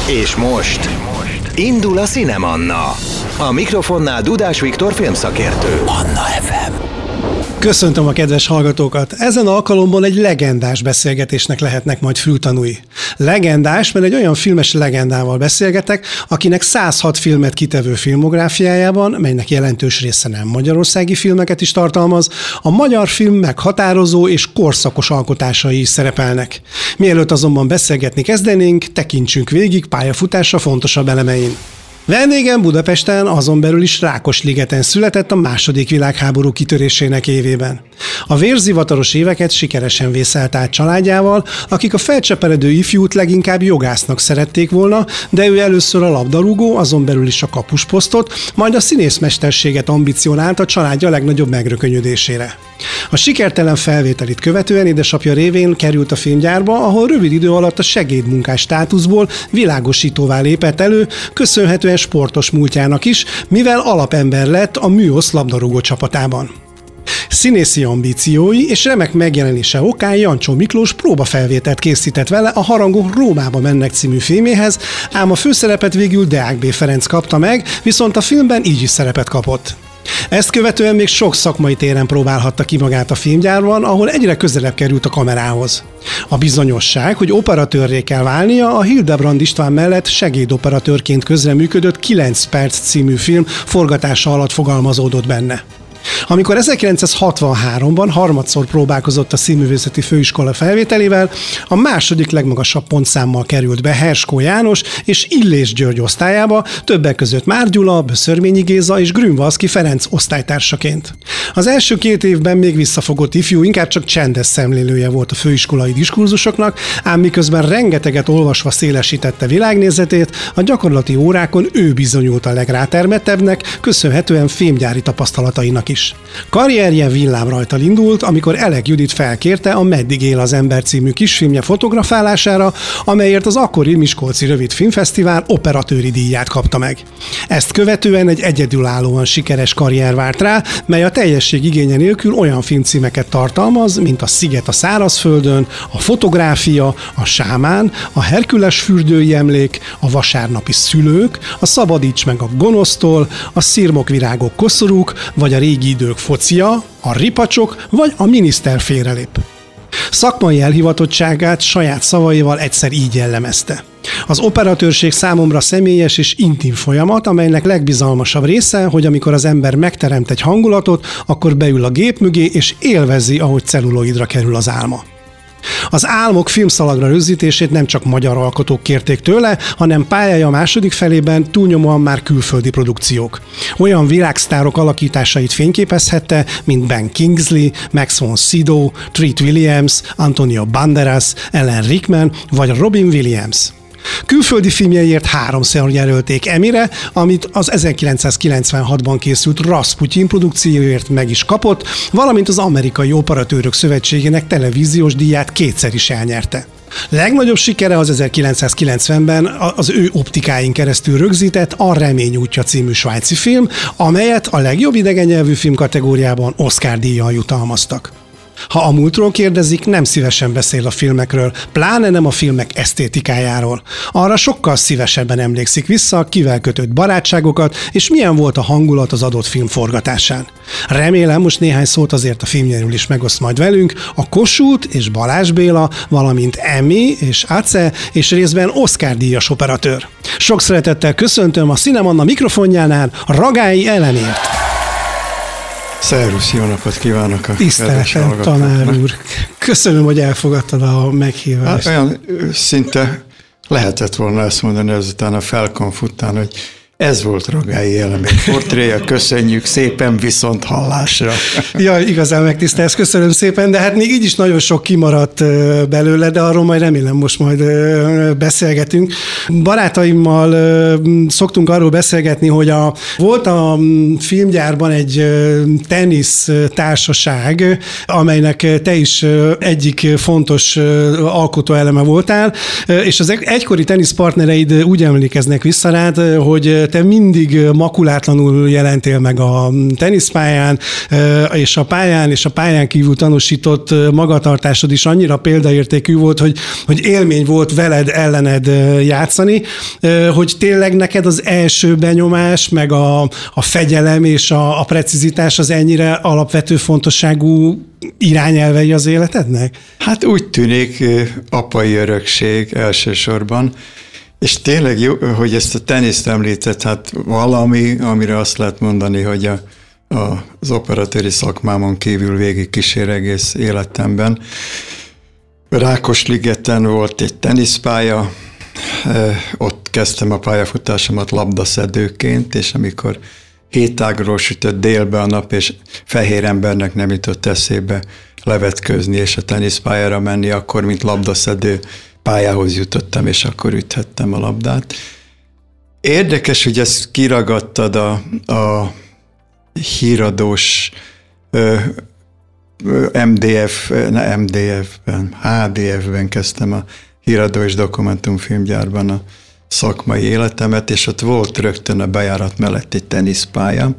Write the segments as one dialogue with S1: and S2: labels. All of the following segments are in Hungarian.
S1: És most indul a Cinemanna. A mikrofonnál Dudás Viktor filmszakértő. Manna FM.
S2: Köszöntöm a kedves hallgatókat! Ezen alkalommal egy legendás beszélgetésnek lehetnek majd fültanúi. Legendás, mert egy olyan filmes legendával beszélgetek, akinek 106 filmet kitevő filmográfiájában, melynek jelentős része nem magyarországi filmeket is tartalmaz, a magyar film meghatározó és korszakos alkotásai is szerepelnek. Mielőtt azonban beszélgetni kezdenénk, tekintsünk végig pályafutása fontosabb elemein. Vendégem Budapesten, azon belül is Rákosligeten született a II. Világháború kitörésének évében. A vérzivataros éveket sikeresen vészelt át családjával, akik a felcseperedő ifjút leginkább jogásznak szerették volna, de ő először a labdarúgó, azon belül is a kapusposztot, majd a színészmesterséget ambicionált a családja legnagyobb megrökönyödésére. A sikertelen felvételit követően édesapja révén került a filmgyárba, ahol rövid idő alatt a segédmunkás státuszból világosítóvá lépett elő, köszönhetően sportos múltjának is, mivel alapember lett a Műosz labdarúgó csapatában. Színészi ambíciói és remek megjelenése okán Jancsó Miklós próbafelvételt készített vele a Harangok Rómába mennek című filméhez, ám a főszerepet végül Deák B. Ferenc kapta meg, viszont a filmben így is szerepet kapott. Ezt követően még sok szakmai téren próbálhatta ki magát a filmgyárban, ahol egyre közelebb került a kamerához. A bizonyosság, hogy operatőrré kell válnia, a Hildebrand István mellett segédoperatőrként közreműködött 9 perc című film forgatása alatt fogalmazódott benne. Amikor 1963-ban harmadszor próbálkozott a Színművészeti Főiskola felvételével, a második legmagasabb pontszámmal került be Herskó János és Illés György osztályába, többek között Már Gyula, Böszörményi Géza és Grünwalski Ferenc osztálytársaként. Az első 2 évben még visszafogott ifjú, inkább csak csendes szemlélője volt a főiskolai diskurzusoknak, ám miközben rengeteget olvasva szélesítette világnézetét, a gyakorlati órákon ő bizonyult a legrátermettebbnek, köszönhetően filmgyári tapasztalatainak is. Karrierje villámrajttal indult, amikor Elek Judit felkérte a Meddig él az ember című kisfilmje fotografálására, amelyért az akkori Miskolci Rövid Filmfesztivál operatőri díját kapta meg. Ezt követően egy egyedülállóan sikeres karrier várt rá, mely a teljesség igénye nélkül olyan filmcímeket tartalmaz, mint a Sziget a szárazföldön, a Fotográfia, a Sámán, a Herkules fürdői emlék, a Vasárnapi szülők, a Szabadíts meg a gonosztól, a Szirmokvirágok koszorúk, vagy a Régi idők focia, a Ripacsok vagy a Miniszter félrelép. Szakmai elhivatottságát saját szavaival egyszer így jellemezte. Az operatőrség számomra személyes és intim folyamat, amelynek legbizalmasabb része, hogy amikor az ember megteremt egy hangulatot, akkor beül a gép mögé és élvezi, ahogy celluloidra kerül az álma. Az Álmok filmszalagra rögzítését nem csak magyar alkotók kérték tőle, hanem pályája második felében túlnyomóan már külföldi produkciók. Olyan világsztárok alakításait fényképezhette, mint Ben Kingsley, Max von Sydow, Treat Williams, Antonio Banderas, Alan Rickman vagy Robin Williams. Külföldi filmjeiért 3-szor jelölték Emmy-re, amit az 1996-ban készült Rasputin produkcióért meg is kapott, valamint az Amerikai Operatőrök Szövetségének televíziós díját 2-szer is elnyerte. Legnagyobb sikere az 1990-ben az ő optikáin keresztül rögzített A Remény útja című svájci film, amelyet a legjobb idegennyelvű film kategóriában Oscar-díjjal jutalmaztak. Ha a múltról kérdezik, nem szívesen beszél a filmekről, pláne nem a filmek esztétikájáról. Arra sokkal szívesebben emlékszik vissza, kivel kötött barátságokat, és milyen volt a hangulat az adott film forgatásán. Remélem, most néhány szót azért a filmjéről is megoszt majd velünk, a Kossuth és Balázs Béla, valamint Emmy és Ace, és részben Oscar-díjas operatőr. Sok szeretettel köszöntöm a Cinemanna mikrofonjánál Ragályi Ellenért.
S3: Szervusz, jó napot kívánok a
S2: tiszteletem, tanár úr. Köszönöm, hogy elfogadtad a meghívást.
S3: Olyan szinte lehetett volna ezt mondani ezután a felkonf után, hogy ez volt Ragályi Elemény portréja, köszönjük szépen, viszont hallásra.
S2: Ja, igazán megtisztelsz, köszönöm szépen, de hát még így is nagyon sok kimaradt belőle, de arról majd remélem most majd beszélgetünk. Barátaimmal szoktunk arról beszélgetni, hogy volt a filmgyárban egy tenisz társaság, amelynek te is egyik fontos alkotóeleme voltál, és az egykori teniszpartnereid úgy emlékeznek vissza rád, hogy te mindig makulátlanul jelentél meg a teniszpályán, és a pályán kívül tanúsított magatartásod is annyira példaértékű volt, hogy élmény volt veled ellened játszani, hogy tényleg neked az első benyomás, meg a fegyelem és a precizitás az ennyire alapvető fontosságú irányelvei az életednek?
S3: Hát úgy tűnik, apai örökség elsősorban, és tényleg jó, hogy ezt a teniszt említett, hát valami, amire azt lehet mondani, hogy az operatőri szakmámon kívül végig kísér egész életemben. Rákosligeten volt egy teniszpálya, ott kezdtem a pályafutásomat labdaszedőként, és amikor 7 ágról sütött délbe a nap, és fehér embernek nem jutott eszébe levetközni és a teniszpályára menni, akkor mint labdaszedő pályához jutottam, és akkor üthettem a labdát. Érdekes, hogy ezt kiragadtad a híradós HDF-ben kezdtem a híradós dokumentumfilmgyárban a szakmai életemet, és ott volt rögtön a bejárat mellett egy teniszpálya,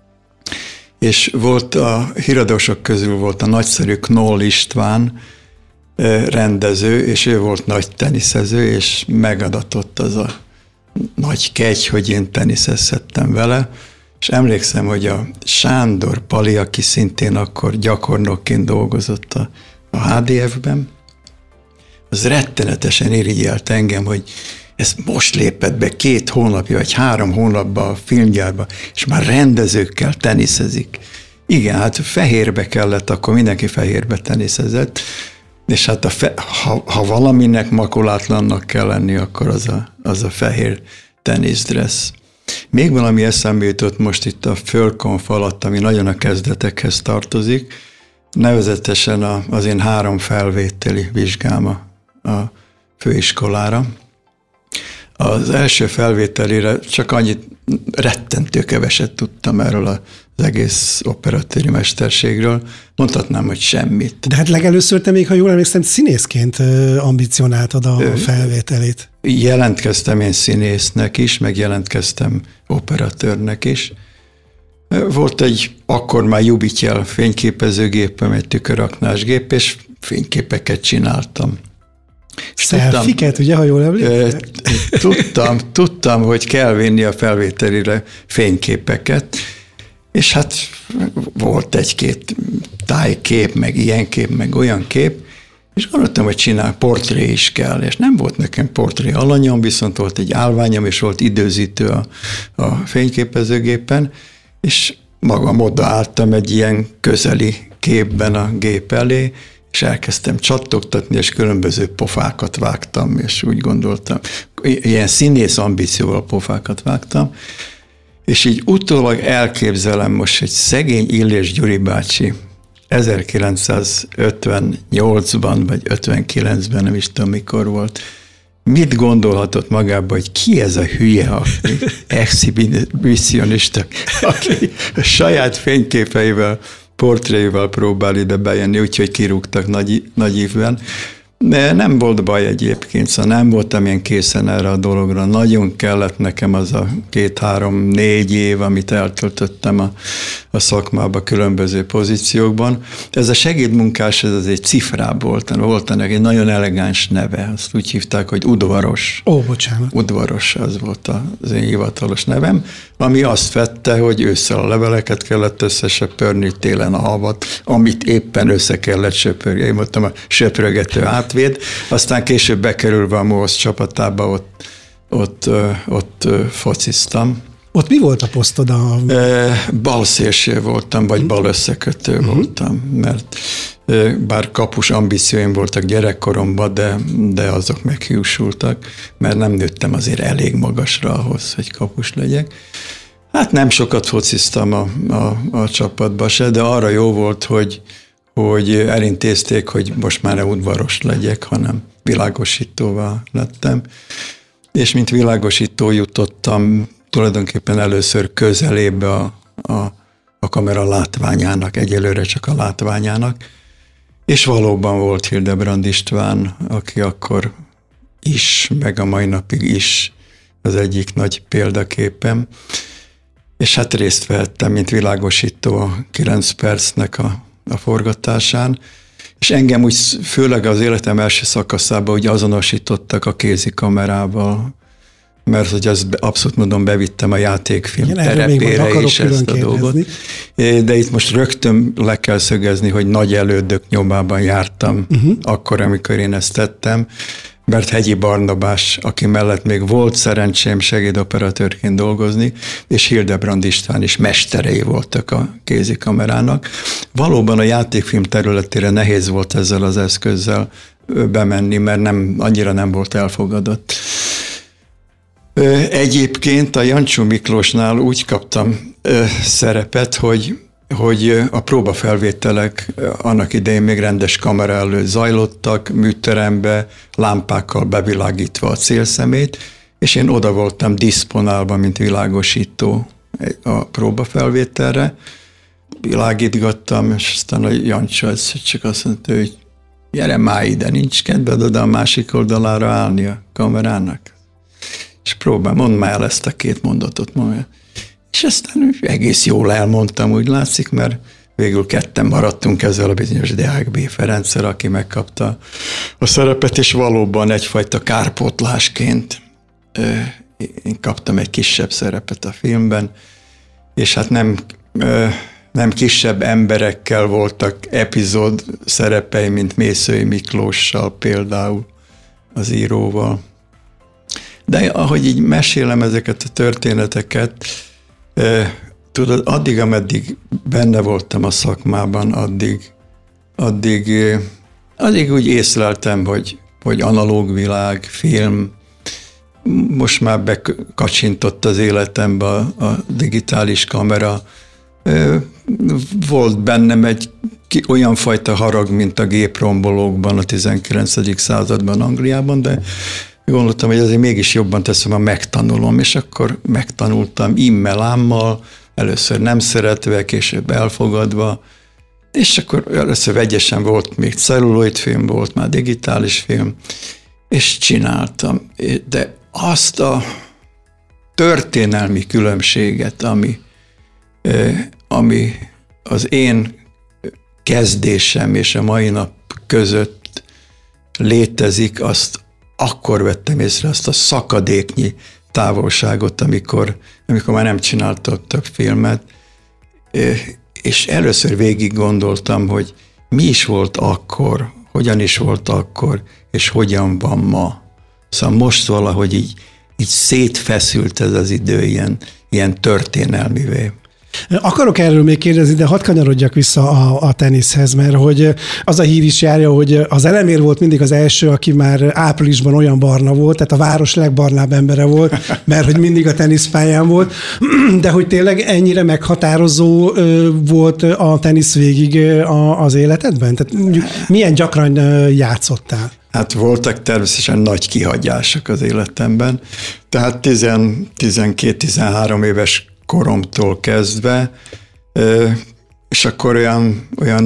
S3: és volt a híradósok közül volt a nagyszerű Knoll István rendező, és ő volt nagy teniszező, és megadatott az a nagy kegy, hogy én teniszezhettem vele, és emlékszem, hogy a Sándor Pali, aki szintén akkor gyakornokként dolgozott a HDF-ben, az rettenetesen irigyelt engem, hogy ez most lépett be 2 hónapja, vagy 3 hónapba a filmgyárba, és már rendezőkkel teniszezik. Igen, hát fehérbe kellett, akkor mindenki fehérbe teniszezett, és hát ha valaminek makulátlannak kell lenni, akkor az a fehér teniszdressz. Még valami eszembe jutott most itt a Fölkonf alatt, ami nagyon a kezdetekhez tartozik, nevezetesen az én 3 felvételi vizsgám a főiskolára. Az első felvételére csak annyit rettentő keveset tudtam erről az egész operatőri mesterségről. Mondhatnám, hogy semmit.
S2: De hát legelőször te még, ha jól emlékszem, színészként ambicionáltad a felvételét.
S3: Jelentkeztem én színésznek is, meg jelentkeztem operatőrnek is. Volt egy akkor már Jubityel fényképezőgépem, egy tüköraknásgép, és fényképeket csináltam.
S2: Szelfiket, ugye, ha jól emlékszem?
S3: Tudtam, hogy kell vinni a felvételire fényképeket, és hát volt 1-2 tájkép, meg ilyen kép, meg olyan kép, és gondoltam, hogy portré is kell, és nem volt nekem portré alanyom, viszont volt egy állványom, és volt időzítő a fényképezőgépen, és magam odaálltam egy ilyen közeli képben a gép elé, és elkezdtem csattogtatni, és különböző pofákat vágtam, és úgy gondoltam, ilyen színész ambícióval pofákat vágtam, és így utólag elképzelem most, hogy szegény Illés Gyuri bácsi 1958-ban, vagy 59-ben, nem is tudom mikor volt, mit gondolhatott magába, hogy ki ez a hülye, aki exhibicionista, aki a saját fényképeivel, portréival próbál ide bejönni, úgyhogy kirúgtak nagy évben. De nem volt baj egyébként, szóval nem voltam ilyen készen erre a dologra. Nagyon kellett nekem az a 2-3-4 év, amit eltöltöttem a szakmába különböző pozíciókban. Ez a segédmunkás, ez egy cifrá volt ennek egy nagyon elegáns neve. Azt úgy hívták, hogy udvaros.
S2: Ó, bocsánat.
S3: Udvaros, az volt az én hivatalos nevem, ami azt vette, hogy ősszel a leveleket kellett összesöpörni, télen a havat, amit éppen össze kellett söpörni. Én mondtam, a söprögető átvéd, aztán később bekerülve a MOHOSZ csapatába, ott fociztam.
S2: Ott mi volt a posztod?
S3: Balszélső voltam, vagy bal összekötő voltam, mert bár kapus ambícióim voltak gyerekkoromban, de azok meghiúsultak, mert nem nőttem azért elég magasra ahhoz, hogy kapus legyek. Hát nem sokat fociztam a csapatba se, de arra jó volt, hogy elintézték, hogy most már nem udvaros legyek, hanem világosítóvá lettem. És mint világosító jutottam tulajdonképpen először közelébe a kamera látványának, egyelőre csak a látványának, és valóban volt Hildebrand István, aki akkor is, meg a mai napig is az egyik nagy példaképem. És hát részt vehettem, mint világosító a 9 percnek a forgatásán, és engem úgy főleg az életem első szakaszában úgy azonosítottak a kézikamerával, mert hogy azt abszolút mondom, bevittem a játékfilm terepére is ezt a dolgot. De itt most rögtön le kell szögezni, hogy nagy elődök nyomában jártam akkor, amikor én ezt tettem, mert Hegyi Barnabás, aki mellett még volt szerencsém segédoperatőrként dolgozni, és Hildebrand István is mesterei voltak a kézikamerának. Valóban a játékfilm területére nehéz volt ezzel az eszközzel bemenni, mert annyira nem volt elfogadott. Egyébként a Jancsó Miklósnál úgy kaptam szerepet, hogy a próbafelvételek annak idején még rendes kamera előtt zajlottak, műterembe, lámpákkal bevilágítva a célszemét, és én oda voltam diszponálva, mint világosító a próbafelvételre. Világítgattam, és aztán a Jancsó csak azt mondta, hogy gyere már ide, nincs kedved oda a másik oldalára állni a kamerának. És mondd már el ezt a 2 mondatot, mondja. És aztán egész jól elmondtam, úgy látszik, mert végül 2 maradtunk ezzel a bizonyos Deák B. Ferenccel, aki megkapta a szerepet, és valóban egyfajta kárpótlásként én kaptam egy kisebb szerepet a filmben, és hát nem kisebb emberekkel voltak epizód szerepei, mint Mészői Miklóssal például, az íróval. De ahogy így mesélem ezeket a történeteket, tudod, addig, ameddig benne voltam a szakmában, addig úgy észleltem, hogy analóg világ, film, most már bekacsintott az életembe a digitális kamera. Volt bennem egy olyan fajta harag, mint a géprombolókban a 19. században Angliában, de gondoltam, hogy azért mégis jobban teszem, ha megtanulom, és akkor megtanultam immel-ámmal, először nem szeretve, később elfogadva, és akkor először vegyesen volt, még celluloidfilm volt, már digitális film, és csináltam. De azt a történelmi különbséget, ami az én kezdésem és a mai nap között létezik, azt akkor vettem észre, azt a szakadéknyi távolságot, amikor már nem csináltam több filmet, és először végig gondoltam, hogy mi is volt akkor, hogyan is volt akkor, és hogyan van ma. Szóval most valahogy így szétfeszült ez az idő ilyen történelmivé.
S2: Akarok erről még kérdezni, de hadd kanyarodjak vissza a teniszhez, mert hogy az a hír is járja, hogy az Elemér volt mindig az első, aki már áprilisban olyan barna volt, tehát a város legbarnább embere volt, mert hogy mindig a teniszpályán volt, de hogy tényleg ennyire meghatározó volt a tenisz végig az életedben? Tehát milyen gyakran játszottál?
S3: Hát voltak természetesen nagy kihagyások az életemben, tehát 12-13 éves koromtól kezdve, és akkor olyan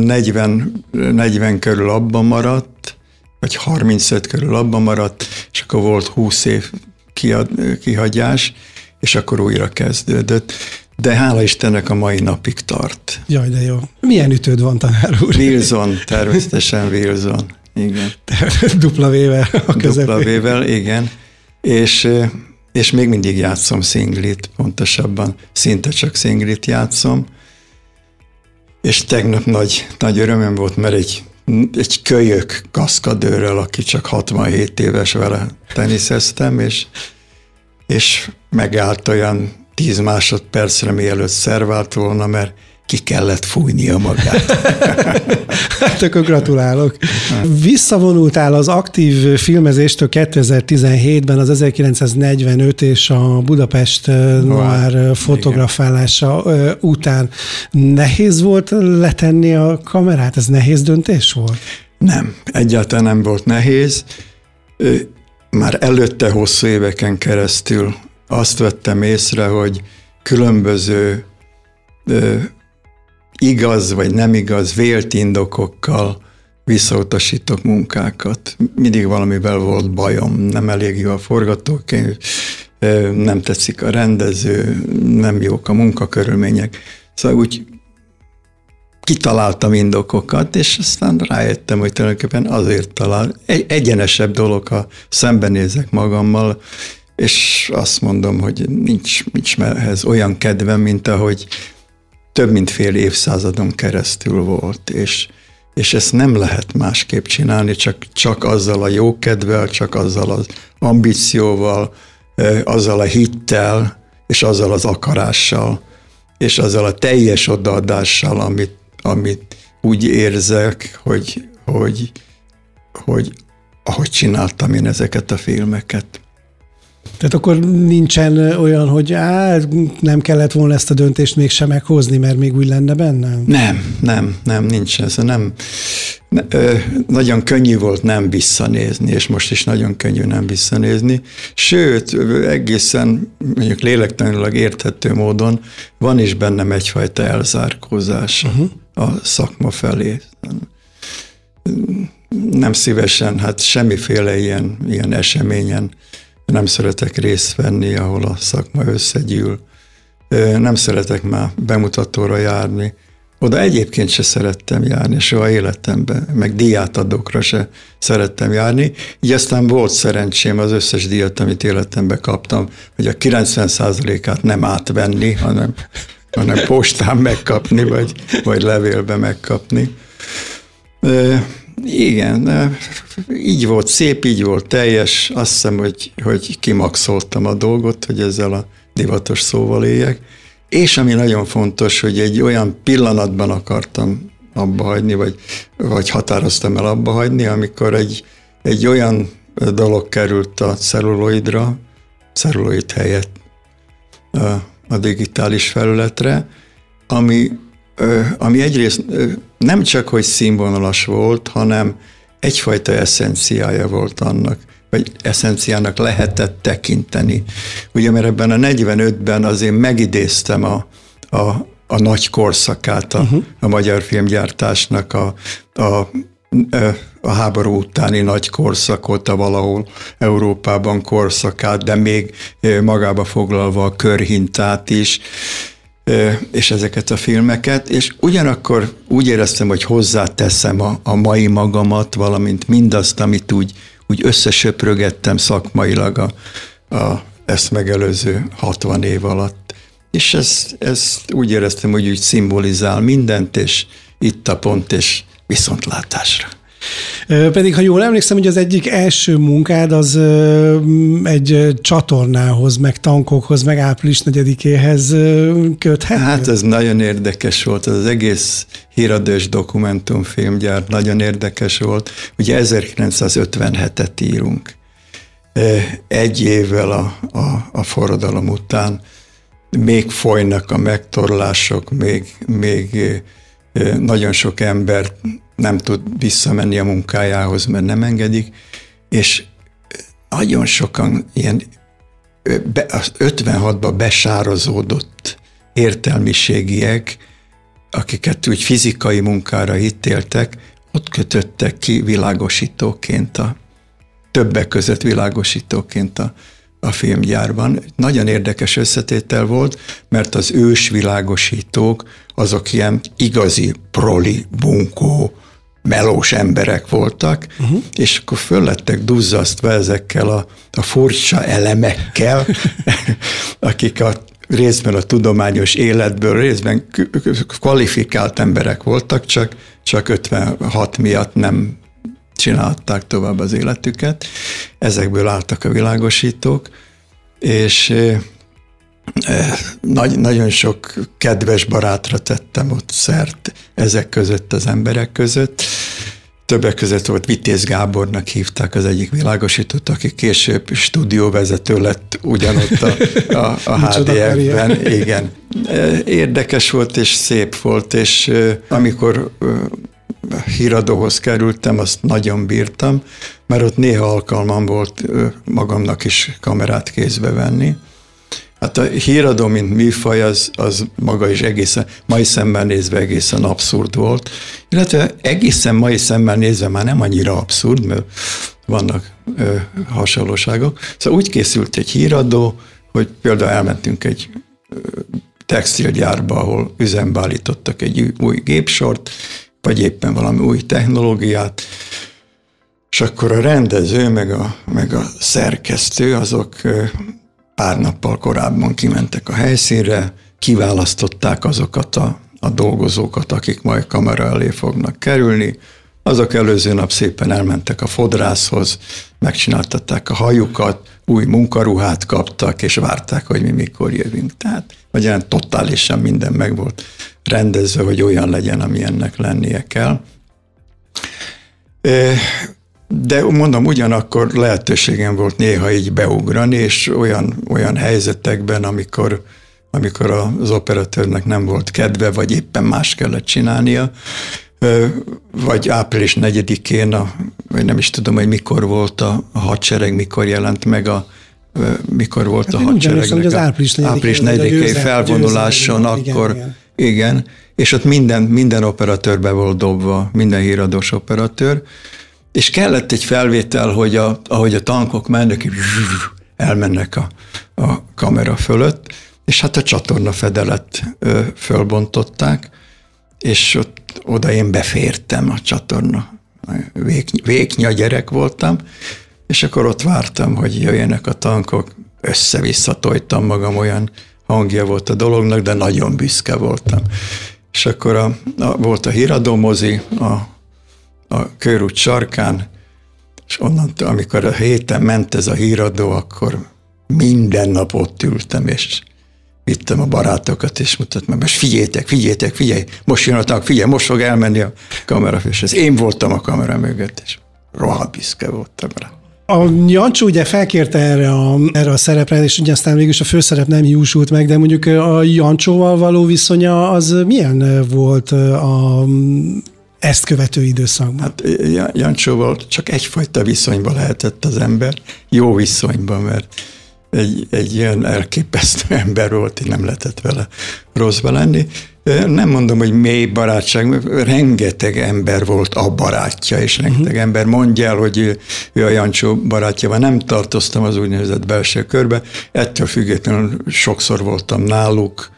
S3: 40 körül abban maradt, vagy 35 körül abban maradt, és akkor volt 20 év kihagyás, és akkor újra kezdődött. De hála Istennek a mai napig tart.
S2: Jaj, de jó. Milyen ütőd van, tanár úr?
S3: Wilson, természetesen Wilson. Igen.
S2: Dupla V-vel a közepén.
S3: Dupla V-vel, igen. És még mindig játszom szinglit, pontosabban szinte csak szinglit játszom. És tegnap nagy örömöm volt, mert egy kölyök kaszkadőrrel, aki csak 67 éves, vele teniszeztem, és megállt olyan 10 másodpercre, mielőtt szervált volna, mert ki kellett fújnia magát.
S2: Hát akkor gratulálok. Visszavonultál az aktív filmezéstől 2017-ben az 1945 és a Budapest Noir fotografálása után. Nehéz volt letenni a kamerát? Ez nehéz döntés volt?
S3: Nem, egyáltalán nem volt nehéz. Már előtte hosszú éveken keresztül azt vettem észre, hogy különböző igaz vagy nem igaz, vélt indokokkal visszautasítok munkákat. Mindig valamivel volt bajom, nem elég jó a forgatókönyv, nem tetszik a rendező, nem jók a munkakörülmények. Szóval úgy kitaláltam indokokat, és aztán rájöttem, hogy tulajdonképpen azért talán egyenesebb dolog, ha szembenézek magammal, és azt mondom, hogy nincs ehhez olyan kedvem, mint ahogy több mint fél évszázadon keresztül volt, és ezt nem lehet másképp csinálni, csak azzal a jókedvel, csak azzal az ambícióval, azzal a hittel, és azzal az akarással, és azzal a teljes odaadással, amit úgy érzek, hogy ahogy csináltam én ezeket a filmeket.
S2: Tehát akkor nincsen olyan, hogy nem kellett volna ezt a döntést mégsem meghozni, mert még úgy lenne benne?
S3: Nem, nincs ez. Nagyon könnyű volt nem visszanézni, és most is nagyon könnyű nem visszanézni. Sőt, egészen mondjuk lélektanilag érthető módon van is bennem egyfajta elzárkózás a szakma felé. Nem szívesen, hát semmiféle ilyen eseményen nem szeretek részt venni, ahol a szakma összegyűl. Nem szeretek már bemutatóra járni. Oda egyébként se szerettem járni, soha életemben, meg díjátadókra se szerettem járni. Így aztán volt szerencsém az összes díjat, amit életemben kaptam, hogy a 90%-át nem átvenni, hanem postán megkapni, vagy levélbe megkapni. Igen, így volt szép, így volt teljes. Azt hiszem, hogy kimaxoltam a dolgot, hogy ezzel a divatos szóval éljek. És ami nagyon fontos, hogy egy olyan pillanatban akartam abba hagyni, vagy határoztam el abba hagyni, amikor egy olyan dolog került a celluloidra, celluloid helyett a digitális felületre, ami egyrészt nem csak, hogy színvonalas volt, hanem egyfajta eszenciája volt annak, vagy eszenciának lehetett tekinteni. Ugye, mert ebben a 45-ben azért megidéztem a nagy korszakát a magyar filmgyártásnak, a háború utáni nagy korszakot, a valahol Európában korszakát, de még magába foglalva a körhintát is, és ezeket a filmeket, és ugyanakkor úgy éreztem, hogy hozzáteszem a mai magamat, valamint mindazt, amit úgy összesöprögettem szakmailag ezt megelőző 60 év alatt. És ezt úgy éreztem, hogy úgy szimbolizál mindent, és itt a pont, és viszontlátásra.
S2: Pedig, ha jól emlékszem, hogy az egyik első munkád az egy csatornához, meg tankokhoz, meg április 4-éhez köthető?
S3: Hát ez nagyon érdekes volt, az egész híradós dokumentumfilmgyár nagyon érdekes volt. Ugye 1957-et írunk. Egy évvel a forradalom után még folynak a megtorlások, még nagyon sok ember nem tud visszamenni a munkájához, mert nem engedik, és nagyon sokan ilyen 56-ban besározódott értelmiségiek, akiket úgy fizikai munkára hittéltek, ott kötöttek ki világosítóként, többek között világosítóként a filmgyárban. Nagyon érdekes összetétel volt, mert az ős világosítók azok ilyen igazi proli, bunkó, melós emberek voltak, és akkor föl lettek duzzasztva ezekkel a furcsa elemekkel, akik részben a tudományos életből, részben kvalifikált emberek voltak, csak 56 miatt nem csinálták tovább az életüket. Ezekből álltak a világosítók, és nagyon sok kedves barátra tettem ott szert ezek között, az emberek között. Többek között volt Vitéz Gábornak hívták az egyik világosítót, aki később stúdióvezető lett ugyanott a HDF-ben. Igen. Érdekes volt és szép volt, és amikor híradóhoz kerültem, azt nagyon bírtam, mert ott néha alkalmam volt magamnak is kamerát kézbe venni. Hát a híradó, mint műfaj, az maga is egészen, mai szemmel nézve egészen abszurd volt, illetve egészen mai szemmel nézve már nem annyira abszurd, mert vannak hasonlóságok. Szóval úgy készült egy híradó, hogy például elmentünk egy textilgyárba, ahol üzembe állítottak egy új gépsort, vagy éppen valami új technológiát, és akkor a rendező, meg a szerkesztő, azok pár nappal korábban kimentek a helyszínre, kiválasztották azokat a dolgozókat, akik majd kamera elé fognak kerülni. Azok előző nap szépen elmentek a fodrászhoz, megcsináltatták a hajukat, új munkaruhát kaptak, és várták, hogy mi mikor jövünk. Tehát, vagy olyan totálisan minden meg volt rendezve, hogy olyan legyen, ami ennek lennie kell. De mondom, ugyanakkor lehetőségem volt néha így beugrani, és olyan helyzetekben, amikor az operatőrnek nem volt kedve, vagy éppen más kellett csinálnia, vagy április 4-én, vagy nem is tudom, hogy mikor volt a hadsereg, mikor jelent meg mikor volt a hadseregnek
S2: az április
S3: 4-i felvonuláson, akkor igen, és ott minden operatőrbe volt dobva, minden híradós operatőr, és kellett egy felvétel, hogy ahogy a tankok mennek, elmennek a kamera fölött, és hát a csatorna fedelet fölbontották, és oda én befértem a csatorna. Véknya gyerek voltam, és akkor ott vártam, hogy jöjjenek a tankok, össze-vissza tojtam magam, olyan hangja volt a dolognak, de nagyon büszke voltam. És akkor volt a híradómozi a körút sarkán, és onnantól, amikor a héten ment ez a híradó, akkor minden nap ott ültem, és vittem a barátokat, és mutattam, most figyelj, most jön a tank, figyelj, most fog elmenni a kamera, és ez én voltam a kamera mögött, és rohadt büszke voltam rá.
S2: A Jancsó ugye felkérte erre a szerepre, és ugye aztán végülis a főszerep nem jósult meg, de mondjuk a Jancsóval való viszonya az milyen volt ezt követő időszakban?
S3: Hát Jancsóval csak egyfajta viszonyban lehetett az ember, jó viszonyban, mert egy ilyen elképesztő ember volt, így nem lehetett vele rosszba lenni. Nem mondom, hogy mély barátság, rengeteg ember volt a barátja, és rengeteg ember mondja el, hogy ő a Jancsó barátja van. Nem tartoztam az úgynevezett belső körbe, ettől függetlenül sokszor voltam náluk,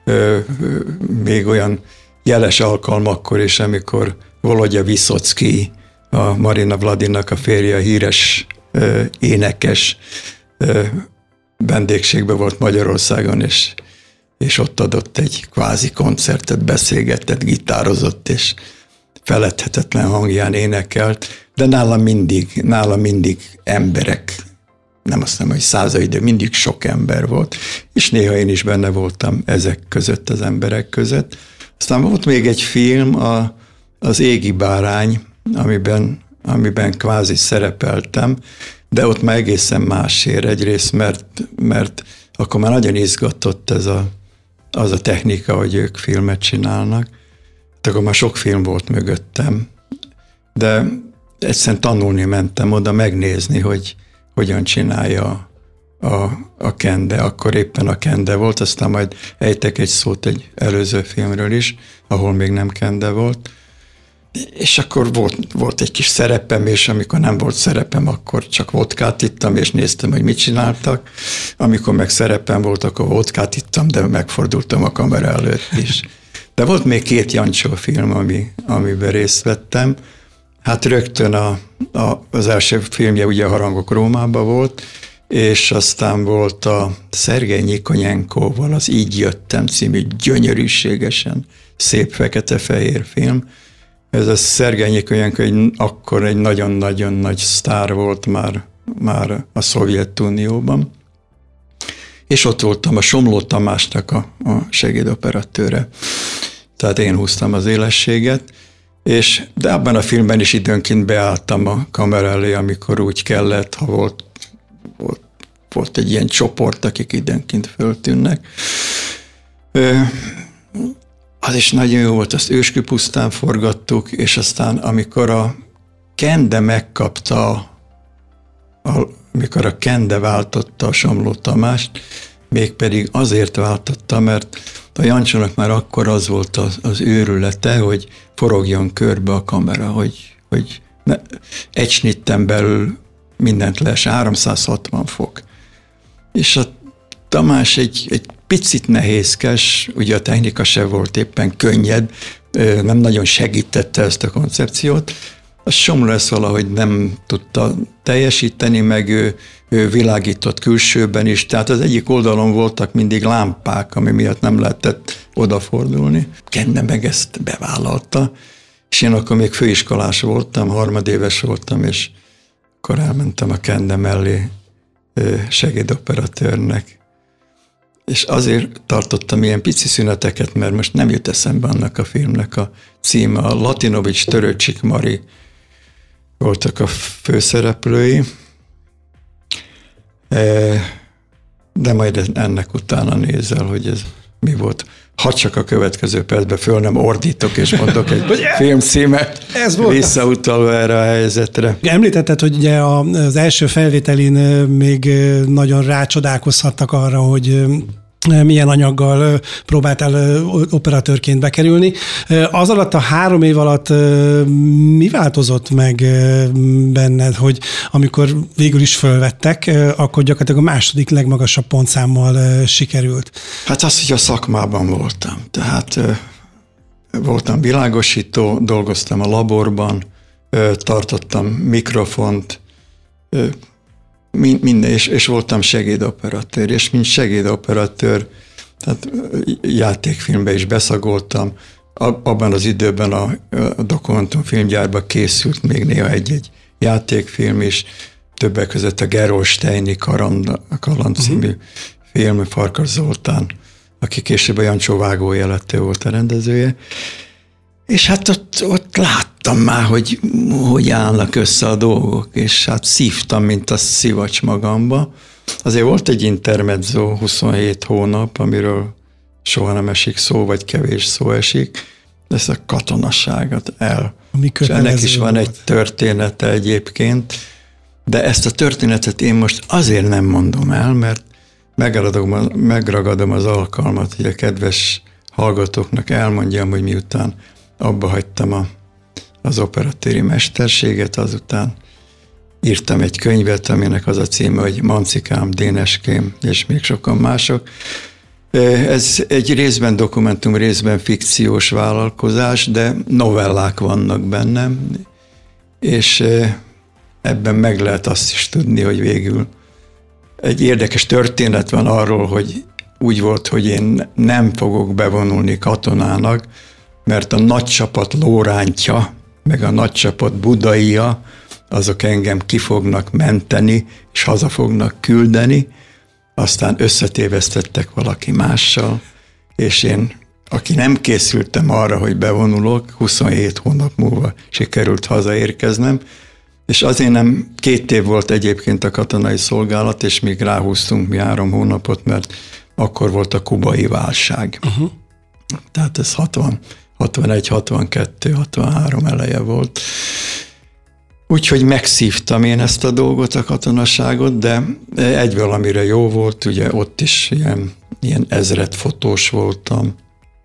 S3: még olyan jeles alkalmakkor is, amikor Volodya Viszocki, a Marina Vladinnak a férje, a híres énekes, vendégségben volt Magyarországon, és ott adott egy kvázi koncertet, beszélgetett, gitározott, és feledhetetlen hangján énekelt, de nála mindig emberek, nem azt mondom, hogy százai, de mindig sok ember volt, és néha én is benne voltam ezek között, az emberek között. Aztán volt még egy film, az Égi bárány, amiben kvázi szerepeltem, de ott már egészen másért egyrészt, mert akkor már nagyon izgatott az a technika, hogy ők filmet csinálnak. Akkor már sok film volt mögöttem, de egyszerűen tanulni mentem oda, megnézni, hogy hogyan csinálja a Kende. Akkor éppen a Kende volt, aztán majd ejtek egy szót egy előző filmről is, ahol még nem Kende volt. És akkor volt egy kis szerepem, és amikor nem volt szerepem, akkor csak vodkát ittam, és néztem, hogy mit csináltak. Amikor meg szerepem volt, akkor vodkát ittam, de megfordultam a kamera előtt is. De volt még 2 Jancsó film, amiben részt vettem. Hát rögtön az első filmje ugye a Harangok Rómában volt, és aztán volt a Szergej Nyikonyenkóval az Így jöttem című gyönyörűségesen szép fekete-fehér film. Ez a Szergej Nyikonyenko akkor egy nagyon-nagyon nagy sztár volt már a Szovjetunióban. És ott voltam a Somló Tamásnak a segédoperatőre. Tehát én húztam az élességet, de abban a filmben is időnként beálltam a kamera elé, amikor úgy kellett, ha volt egy ilyen csoport, akik időnként föltűnnek. Az is nagyon jó volt, azt Ősküpusztán forgattuk, és aztán amikor a Kende megkapta, amikor a Kende váltotta a Somló Tamást, mégpedig azért váltotta, mert a Jancsónak már akkor az volt az őrülete, hogy forogjon körbe a kamera, hogy egy snitten belül mindent lees, 360 fok. És a Tamás egy picit nehézkes, ugye a technika se volt éppen könnyed, nem nagyon segítette ezt a koncepciót. A Somló ezt valahogy nem tudta teljesíteni, meg ő világított külsőben is, tehát az egyik oldalon voltak mindig lámpák, ami miatt nem lehetett odafordulni. Kende meg ezt bevállalta, és én akkor még főiskolás voltam, harmadéves voltam, és akkor elmentem a Kende mellé segédoperatőrnek. És azért tartottam ilyen pici szüneteket, mert most nem jut eszembe annak a filmnek a címe. A Latinovics, Törőcsik Mari voltak a főszereplői, de majd ennek utána nézel, hogy ez mi volt. Ha csak a következő percben föl nem ordítok, és mondok egy filmcímet, visszautalva erre a helyzetre.
S2: Említetted, hogy ugye az első felvételin még nagyon rácsodálkozhattak arra, hogy milyen anyaggal próbáltál operatőrként bekerülni. Az alatt a 3 év alatt mi változott meg benned, hogy amikor végül is fölvettek, akkor gyakorlatilag a második legmagasabb pontszámmal sikerült?
S3: Hát az, hogy a szakmában voltam. Tehát voltam világosító, dolgoztam a laborban, tartottam mikrofont, minden, és voltam segédoperatőr, és mint segédoperatőr, tehát játékfilmbe is beszagoltam. Abban az időben a dokumentumfilmgyárban készült még néha egy játékfilm is, többek között a Gerolsteini Kaland című film, Farkas Zoltán, aki később a Jancsó vágójelető volt a rendezője. És hát ott láttam már, hogy állnak össze a dolgok, és hát szívtam, mint a szivacs magamba. Azért volt egy intermezzo, 27 hónap, amiről soha nem esik szó, vagy kevés szó esik, de ezt a katonasságot és ennek is van egy története egyébként, de ezt a történetet én most azért nem mondom el, mert megragadom az alkalmat, hogy a kedves hallgatóknak elmondjam, hogy miután abba hagytam az operatőri mesterséget, azután írtam egy könyvet, aminek az a címe, hogy Mancikám, Déneském, és még sokan mások. Ez egy részben dokumentum, részben fikciós vállalkozás, de novellák vannak bennem, és ebben meg lehet azt is tudni, hogy végül egy érdekes történet van arról, hogy úgy volt, hogy én nem fogok bevonulni katonának, mert a nagy csapat Lórántja, meg a nagy csapat Budaija, azok engem ki fognak menteni, és haza fognak küldeni, aztán összetévesztettek valaki mással, és én, aki nem készültem arra, hogy bevonulok, 27 hónap múlva sikerült hazaérkeznem, és azért nem, 2 év volt egyébként a katonai szolgálat, és még ráhúztunk mi 3 hónapot, mert akkor volt a kubai válság. Tehát ez 61, 62, 63 eleje volt. Úgyhogy megszívtam én ezt a dolgot, a katonaságot, de egy valamire jó volt, ugye ott is ilyen ezredfotós voltam,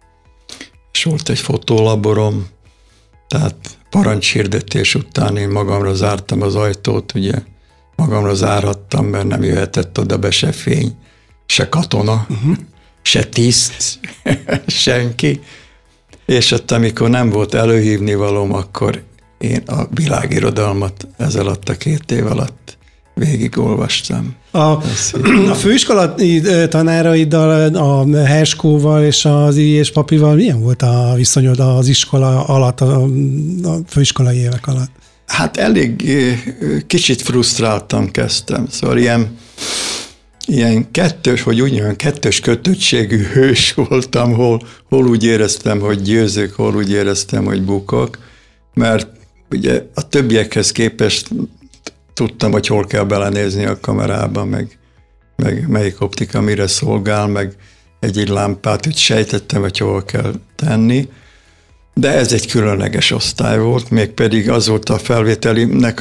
S3: és volt egy fotólaborom, tehát parancshirdetés után én magamra zártam az ajtót, ugye magamra zárhattam, mert nem jöhetett oda be se fény, se katona, se tiszt, senki. És ott, amikor nem volt előhívni valóm, akkor én a világirodalmat ez alatt a 2 év alatt végigolvastam.
S2: A főiskolai tanáraiddal, a Herskóval és az I. és Papival milyen volt a viszonyod az iskola alatt, a főiskolai évek alatt?
S3: Hát elég kicsit frusztráltan kezdtem. Szóval ilyen kettős, hogy úgy mondjam, kettős kötöttségű hős voltam, hol úgy éreztem, hogy győzök, hol úgy éreztem, hogy bukok, mert ugye a többiekhez képest tudtam, hogy hol kell belenézni a kamerába, meg melyik optika mire szolgál, meg egy lámpát, úgy sejtettem, hogy hol kell tenni. De ez egy különleges osztály volt, mégpedig az volt a felvételimnek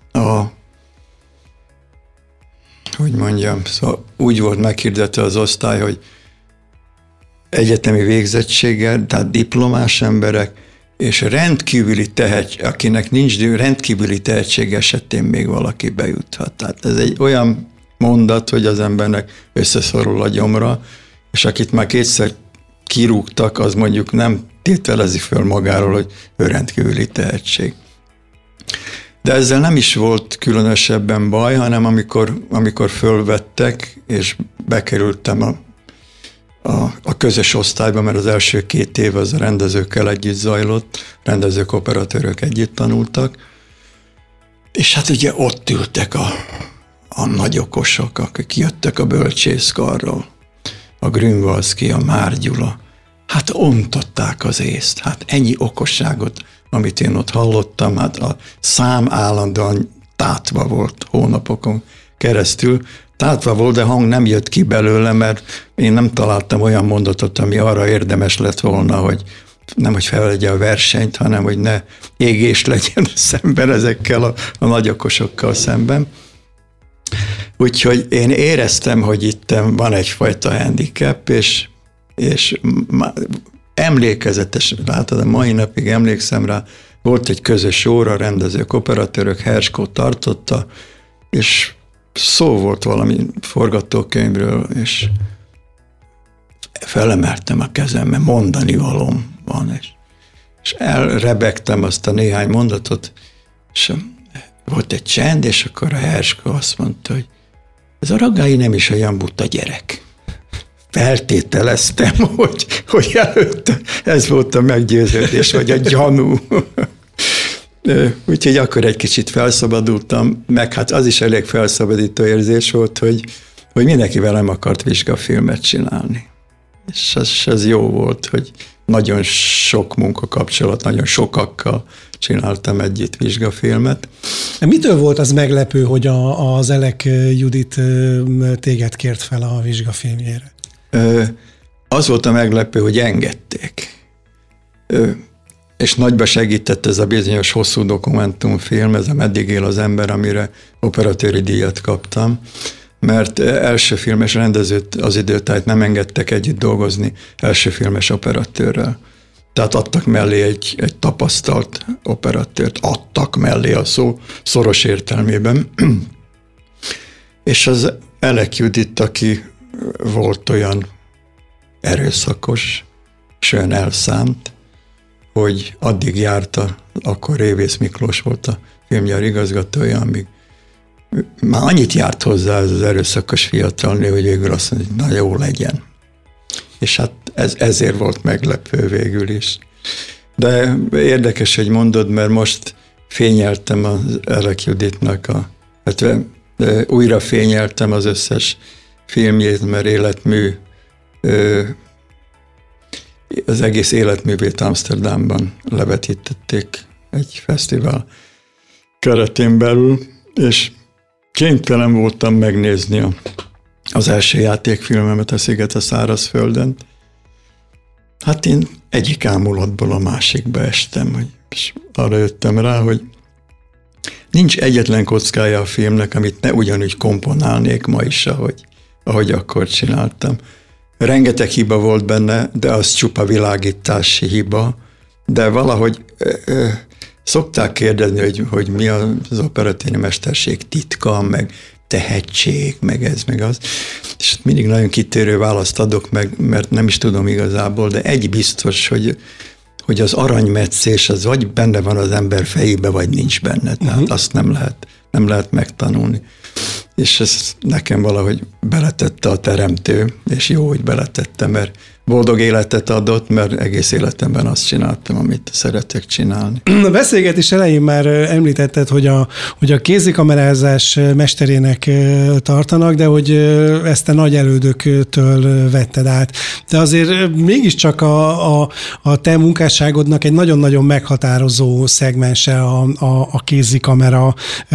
S3: hogy mondjam, szóval úgy volt meghirdetve az osztály, hogy egyetemi végzettséggel, tehát diplomás emberek, és akinek nincs rendkívüli tehetség esetén még valaki bejuthat. Tehát ez egy olyan mondat, hogy az embernek összeszorul a gyomra, és akit már kétszer kirúgtak, az mondjuk nem tételezi föl magáról, hogy ő rendkívüli tehetség. De ezzel nem is volt különösebben baj, hanem amikor fölvettek, és bekerültem a közös osztályba, mert az első 2 év az a rendezőkkel együtt zajlott, rendezők, operatőrök együtt tanultak, és hát ugye ott ültek a nagyokosok, akik jöttek a bölcsészkarról, a Grünwaldzki, a Már Gyula, hát ontották az észt, hát ennyi okosságot, amit én ott hallottam, hát a szám állandóan tátva volt hónapokon keresztül, tátva volt, de hang nem jött ki belőle, mert én nem találtam olyan mondatot, ami arra érdemes lett volna, hogy nem, hogy felvegye a versenyt, hanem, hogy ne égés legyen szemben ezekkel a nagyokosokkal szemben. Úgyhogy én éreztem, hogy itt van egyfajta handicap, és emlékezetes, látod, a mai napig emlékszem rá, volt egy közös óra, rendezők, operatőrök, Herskó tartotta, és szó volt valami forgatókönyvről, és felemeltem a kezem, mert mondani valóm van, és elrebegtem azt a néhány mondatot, és volt egy csend, és akkor a Herskó azt mondta, hogy ez a Ragályi nem is olyan buta gyerek. Feltételeztem, hogy előtte ez volt a meggyőződés, vagy a gyanú. Úgyhogy akkor egy kicsit felszabadultam, meg hát az is elég felszabadító érzés volt, hogy mindenki velem akart vizsgafilmet csinálni. És ez jó volt, hogy nagyon sok munkakapcsolat, nagyon sokakkal csináltam együtt vizsgafilmet.
S2: Mitől volt az meglepő, hogy az Elek Judit téged kért fel a vizsgafilmjére?
S3: Az volt a meglepő, hogy engedték. És nagyba segített ez a bizonyos hosszú dokumentumfilm, ez a Meddig él az ember, amire operatőri díjat kaptam, mert első filmes rendezőt az időtájt nem engedtek együtt dolgozni első filmes operatőrrel. Tehát adtak mellé egy tapasztalt operatőrt, adtak mellé a szó szoros értelmében. És az Elek Judit, aki volt olyan erőszakos, és olyan elszánt, hogy addig járta, akkor Révész Miklós volt a filmgyár igazgatója, amíg már annyit járt hozzá ez az erőszakos fiatalnő, hogy végül azt mondja, hogy na jó legyen. És hát ezért volt meglepő végül is. De érdekes, hogy mondod, mert most fényeltem az Elek Juditnak, újra fényeltem az összes filmjét, mert életmű, az egész életművét Amsterdamban levetítették egy fesztivál keretén belül, és kénytelen voltam megnézni az első játékfilmemet, a Sziget a szárazföldön. Hát én egyik ámulatból a másikba estem, és arra jöttem rá, hogy nincs egyetlen kockája a filmnek, amit ne ugyanúgy komponálnék ma is, ahogy akkor csináltam. Rengeteg hiba volt benne, de az csupa világítási hiba, de valahogy szokták kérdezni, hogy mi az operatív mesterség titka, meg tehetség, meg ez, meg az. És mindig nagyon kitérő választ adok meg, mert nem is tudom igazából, de egy biztos, hogy az aranymetszés az vagy benne van az ember fejébe, vagy nincs benne. Tehát azt nem lehet megtanulni. És ez nekem valahogy beletette a teremtő, és jó, hogy beletette, mert boldog életet adott, mert egész életemben azt csináltam, amit szeretek csinálni.
S2: A beszélgetés elején már említetted, hogy a kézikamerázás mesterének tartanak, de hogy ezt a nagy elődöktől vetted át. De azért mégiscsak a te munkásságodnak egy nagyon-nagyon meghatározó szegmense a kézikamera.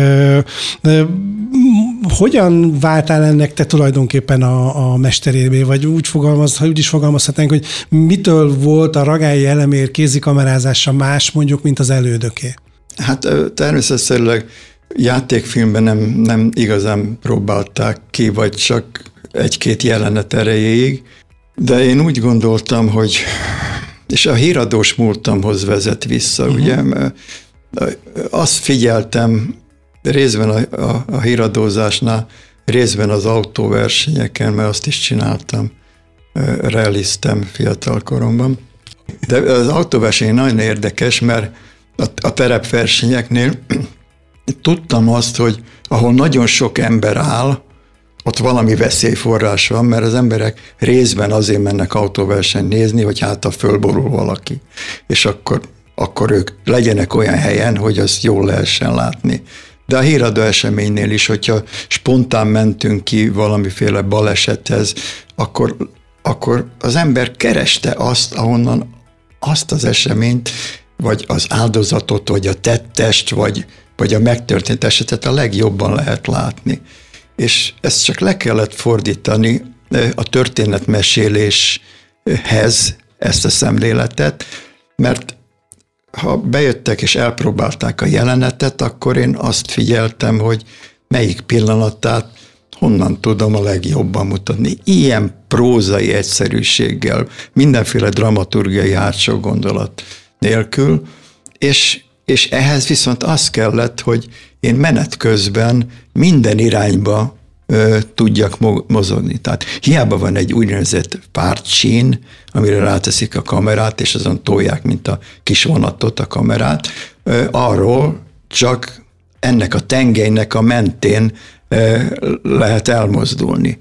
S2: Hogyan váltál ennek te tulajdonképpen a mesterévé, vagy úgy is fogalmazhatnánk, hogy mitől volt a Ragályi Elemér kézikamerázása más mondjuk, mint az elődöké?
S3: Hát természetesen játékfilmben nem igazán próbálták ki, vagy csak egy-két jelenet erejéig, de én úgy gondoltam, hogy És a híradós múltamhoz vezet vissza, ugye? Azt figyeltem részben a híradózásnál, részben az autóversenyeken, mert azt is csináltam, realiztem fiatal koromban. De az autóverseny nagyon érdekes, mert a terepversenyeknél tudtam azt, hogy ahol nagyon sok ember áll, ott valami veszélyforrás van, mert az emberek részben azért mennek autóversenyt nézni, hogy hát a fölborul valaki, és akkor ők legyenek olyan helyen, hogy azt jól lehessen látni. De a híradó eseménynél is, hogyha spontán mentünk ki valamiféle balesethez, akkor az ember kereste azt, ahonnan azt az eseményt, vagy az áldozatot, vagy a tettest, vagy a megtörtént esetet a legjobban lehet látni. És ezt csak le kellett fordítani a történetmeséléshez, ezt a szemléletet, mert ha bejöttek és elpróbálták a jelenetet, akkor én azt figyeltem, hogy melyik pillanatát honnan tudom a legjobban mutatni. Ilyen prózai egyszerűséggel, mindenféle dramaturgiai hátsó gondolat nélkül, és ehhez viszont az kellett, hogy én menet közben minden irányba tudjak mozogni. Tehát hiába van egy úgynevezett pártsín, amire ráteszik a kamerát, és azon tolják, mint a kis vonatot a kamerát, arról csak ennek a tengelynek a mentén lehet elmozdulni.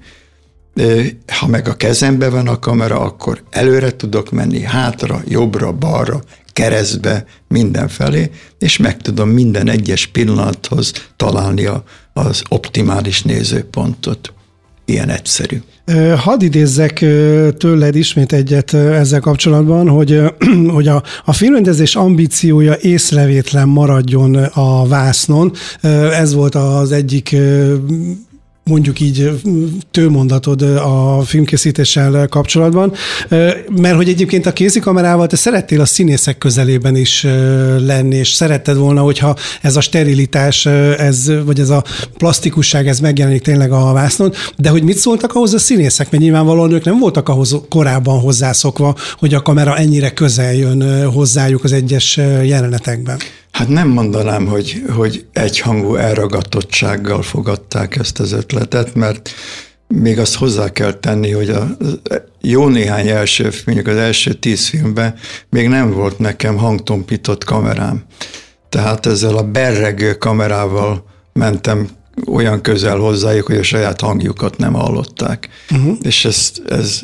S3: Ha meg a kezembe van a kamera, akkor előre tudok menni, hátra, jobbra, balra, keresztbe, mindenfelé, és meg tudom minden egyes pillanathoz találni az optimális nézőpontot. Ilyen egyszerű.
S2: Hadd idézzek tőled ismét egyet ezzel kapcsolatban, hogy a filmrendezés ambíciója észrevétlen maradjon a vásznon. Ez volt az egyik, mondjuk így tőmondatod a filmkészítéssel kapcsolatban, mert hogy egyébként a kézikamerával te szerettél a színészek közelében is lenni, és szeretted volna, hogyha ez a sterilitás, vagy ez a plastikusság, ez megjelenik tényleg a vásznon, de hogy mit szóltak ahhoz a színészek, mert nyilvánvalóan ők nem voltak ahhoz korábban hozzászokva, hogy a kamera ennyire közel jön hozzájuk az egyes jelenetekben.
S3: Hát nem mondanám, hogy egyhangú elragatottsággal fogadták ezt az ötletet, mert még azt hozzá kell tenni, hogy a jó néhány mondjuk az első 10 filmben még nem volt nekem hangtompított kamerám. Tehát ezzel a berregő kamerával mentem olyan közel hozzájuk, hogy a saját hangjukat nem hallották. És ez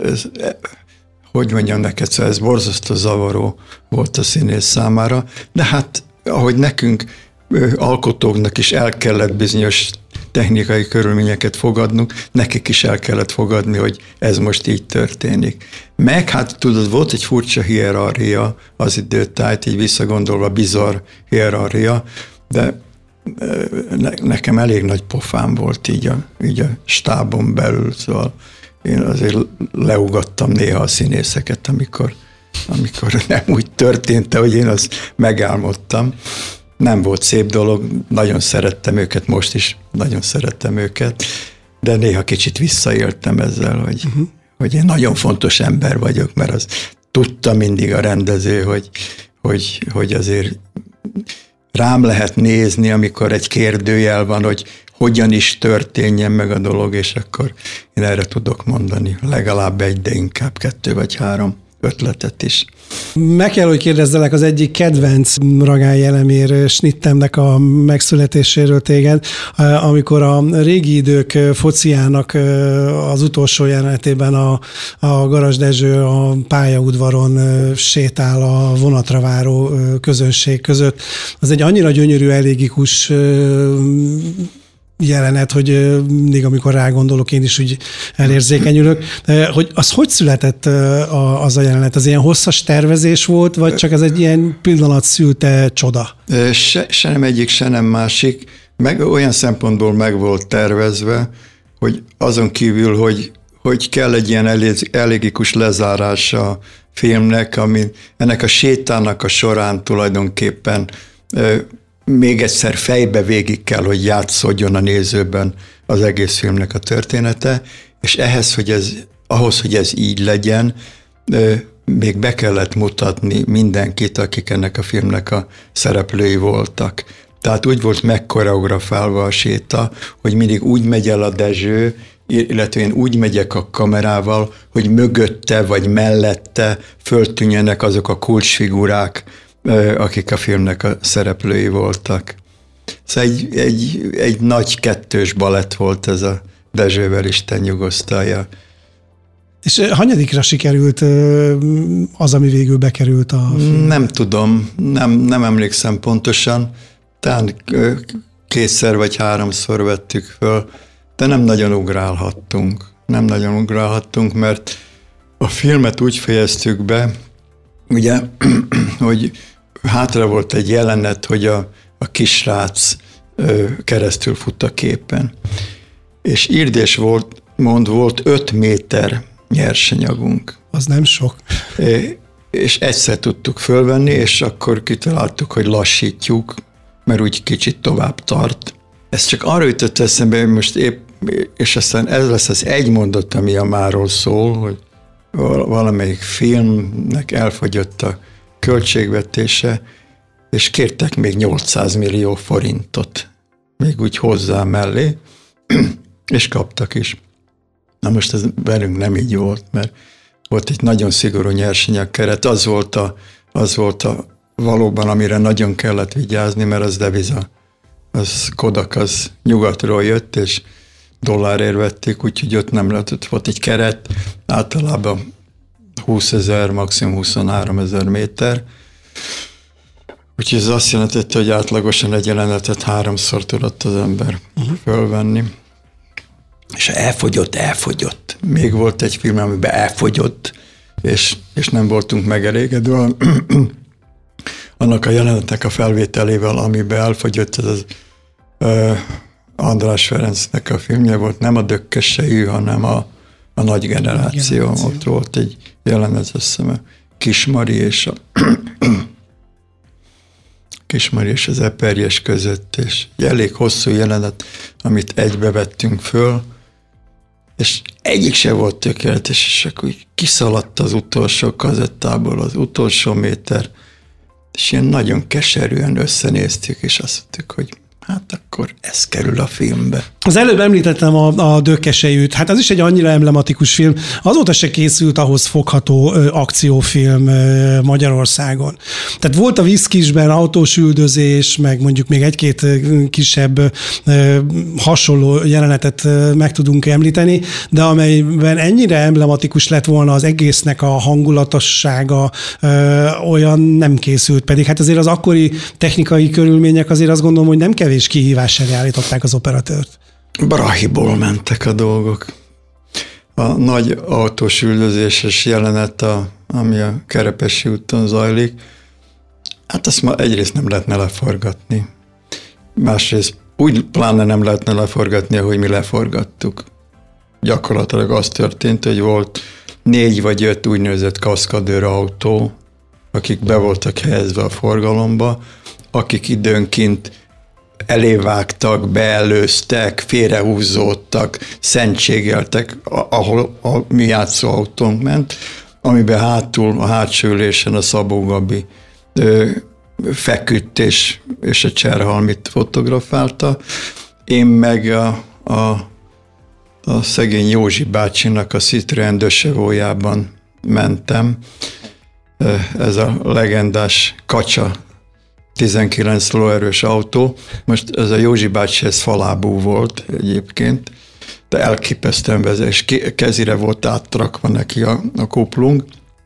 S3: hogy mondjam neked, szóval ez borzasztó zavaró volt a színész számára, de hát ahogy nekünk alkotóknak is el kellett bizonyos technikai körülményeket fogadnunk, nekik is el kellett fogadni, hogy ez most így történik. Meg hát tudod, volt egy furcsa hierarchia az időtájt, így visszagondolva bizarr hierarchia, de nekem elég nagy pofám volt így a stábon belül, szóval én azért leugattam néha a színészeket, amikor nem úgy történt, hogy én azt megálmodtam. Nem volt szép dolog, nagyon szerettem őket, most is nagyon szerettem őket, de néha kicsit visszaéltem ezzel, hogy én nagyon fontos ember vagyok, mert az tudta mindig a rendező, hogy azért rám lehet nézni, amikor egy kérdőjel van, hogy hogyan is történjen meg a dolog, és akkor én erre tudok mondani legalább egy, de inkább 2 vagy 3 ötletet is.
S2: Meg kell, hogy kérdezzelek az egyik kedvenc Ragály Elemér snittemnek a megszületéséről téged, amikor a régi idők fociának az utolsó jelenetében a Garas Dezső a pályaudvaron sétál a vonatra váró közönség között. Az egy annyira gyönyörű, elégikus jelenet, hogy mindig, amikor rágondolok, én is úgy elérzékenyülök, hogy az hogy született az a jelenet? Az ilyen hosszas tervezés volt, vagy csak ez egy ilyen pillanat szülte csoda?
S3: Se nem egyik, se nem másik. Olyan szempontból meg volt tervezve, hogy azon kívül, hogy kell egy ilyen elégikus lezárása a filmnek, ami ennek a sétának a során tulajdonképpen még egyszer fejbe végig kell, hogy játszódjon a nézőben az egész filmnek a története, és ahhoz, hogy ez így legyen, még be kellett mutatni mindenkit, akik ennek a filmnek a szereplői voltak. Tehát úgy volt megkoreografálva a séta, hogy mindig úgy megy el a Dezső, illetve én úgy megyek a kamerával, hogy mögötte vagy mellette föltűnjenek azok a kulcsfigurák, akik a filmnek a szereplői voltak. Szóval egy nagy kettős balett volt ez a Dezsővel, Isten nyugosztalja.
S2: És hanyadikra sikerült az, ami végül bekerült a film?
S3: Nem tudom, nem emlékszem pontosan. Talán 2 vagy 3 vettük föl, de nem nagyon ugrálhattunk. Mert a filmet úgy fejeztük be, ugye, hogy hátra volt egy jelenet, hogy a kisrác keresztül fut a képen. És Ird és Mond volt 5 méter nyersanyagunk.
S2: Az nem sok.
S3: És egyszer tudtuk fölvenni, és akkor kitaláltuk, hogy lassítjuk, mert úgy kicsit tovább tart. Ez csak arra jutott eszembe, hogy most épp, és aztán ez lesz az egy mondat, ami a máról szól, hogy valamelyik filmnek elfogyott a költségvetése, és kértek még 800 millió forintot, még úgy hozzá mellé, és kaptak is. Na most ez velünk nem így volt, mert volt egy nagyon szigorú nyersanyagkeret, az volt a valóban, amire nagyon kellett vigyázni, mert az deviza, az Kodak, az nyugatról jött, és dollárért vették, úgyhogy ott nem lehetett, volt egy keret, általában 20 000, maximum 23 000 méter, úgyhogy ez azt jelentette, hogy átlagosan egy jelenetet 3-szor tudott az ember fölvenni. És elfogyott. Még volt egy film, amiben elfogyott, és nem voltunk megelégedve annak a jelenetnek a felvételével, amiben elfogyott, ez az András Ferencnek a filmje volt, nem a Dökkesejű, hanem a Nagy generáció. Ott volt egy jelenet, azt hiszem, a Kismari és az Eperjes között, és egy elég hosszú jelenet, amit egybe vettünk föl, és egyik se volt tökéletes, és akkor kiszaladt az utolsó kazettából az utolsó méter, és ilyen nagyon keserűen összenéztük, és azt mondtuk, hogy hát akkor ez kerül a filmbe.
S2: Az előbb említettem a Dökkesejűt, hát az is egy annyira emblematikus film, azóta se készült ahhoz fogható akciófilm Magyarországon. Tehát volt a Viszkisben autós üldözés, meg mondjuk még egy-két kisebb hasonló jelenetet meg tudunk említeni, de amelyben ennyire emblematikus lett volna az egésznek a hangulatossága, olyan nem készült, pedig hát azért az akkori technikai körülmények azért azt gondolom, hogy nem kevés kihívás elé állították az operatőrt.
S3: Brahiból mentek a dolgok. A nagy autós üldözéses jelenet, ami a Kerepesi úton zajlik, hát azt ma egyrészt nem lehetne leforgatni. Másrészt úgy pláne nem lehetne leforgatni, ahogy mi leforgattuk. Gyakorlatilag az történt, hogy volt 4 vagy 5 úgynevezett kaszkadőr autó, akik be voltak helyezve a forgalomba, akik időnként elévágtak, beelőztek, félrehúzódtak, szentségeltek, ahol a mi játszóautónk ment, amiben hátul, a hátsó ülésen a Szabó Gabi feküdt és a Cserhalmit fotografálta. Én meg a szegény Józsi bácsinak a Citroën de Chevauxjában mentem. Ez a legendás kacsa 19 lóerős autó. Most ez a Józsi bácsi, ez falábú volt egyébként, de elképesztően vezet, és kezire volt átrakva neki a kuplung,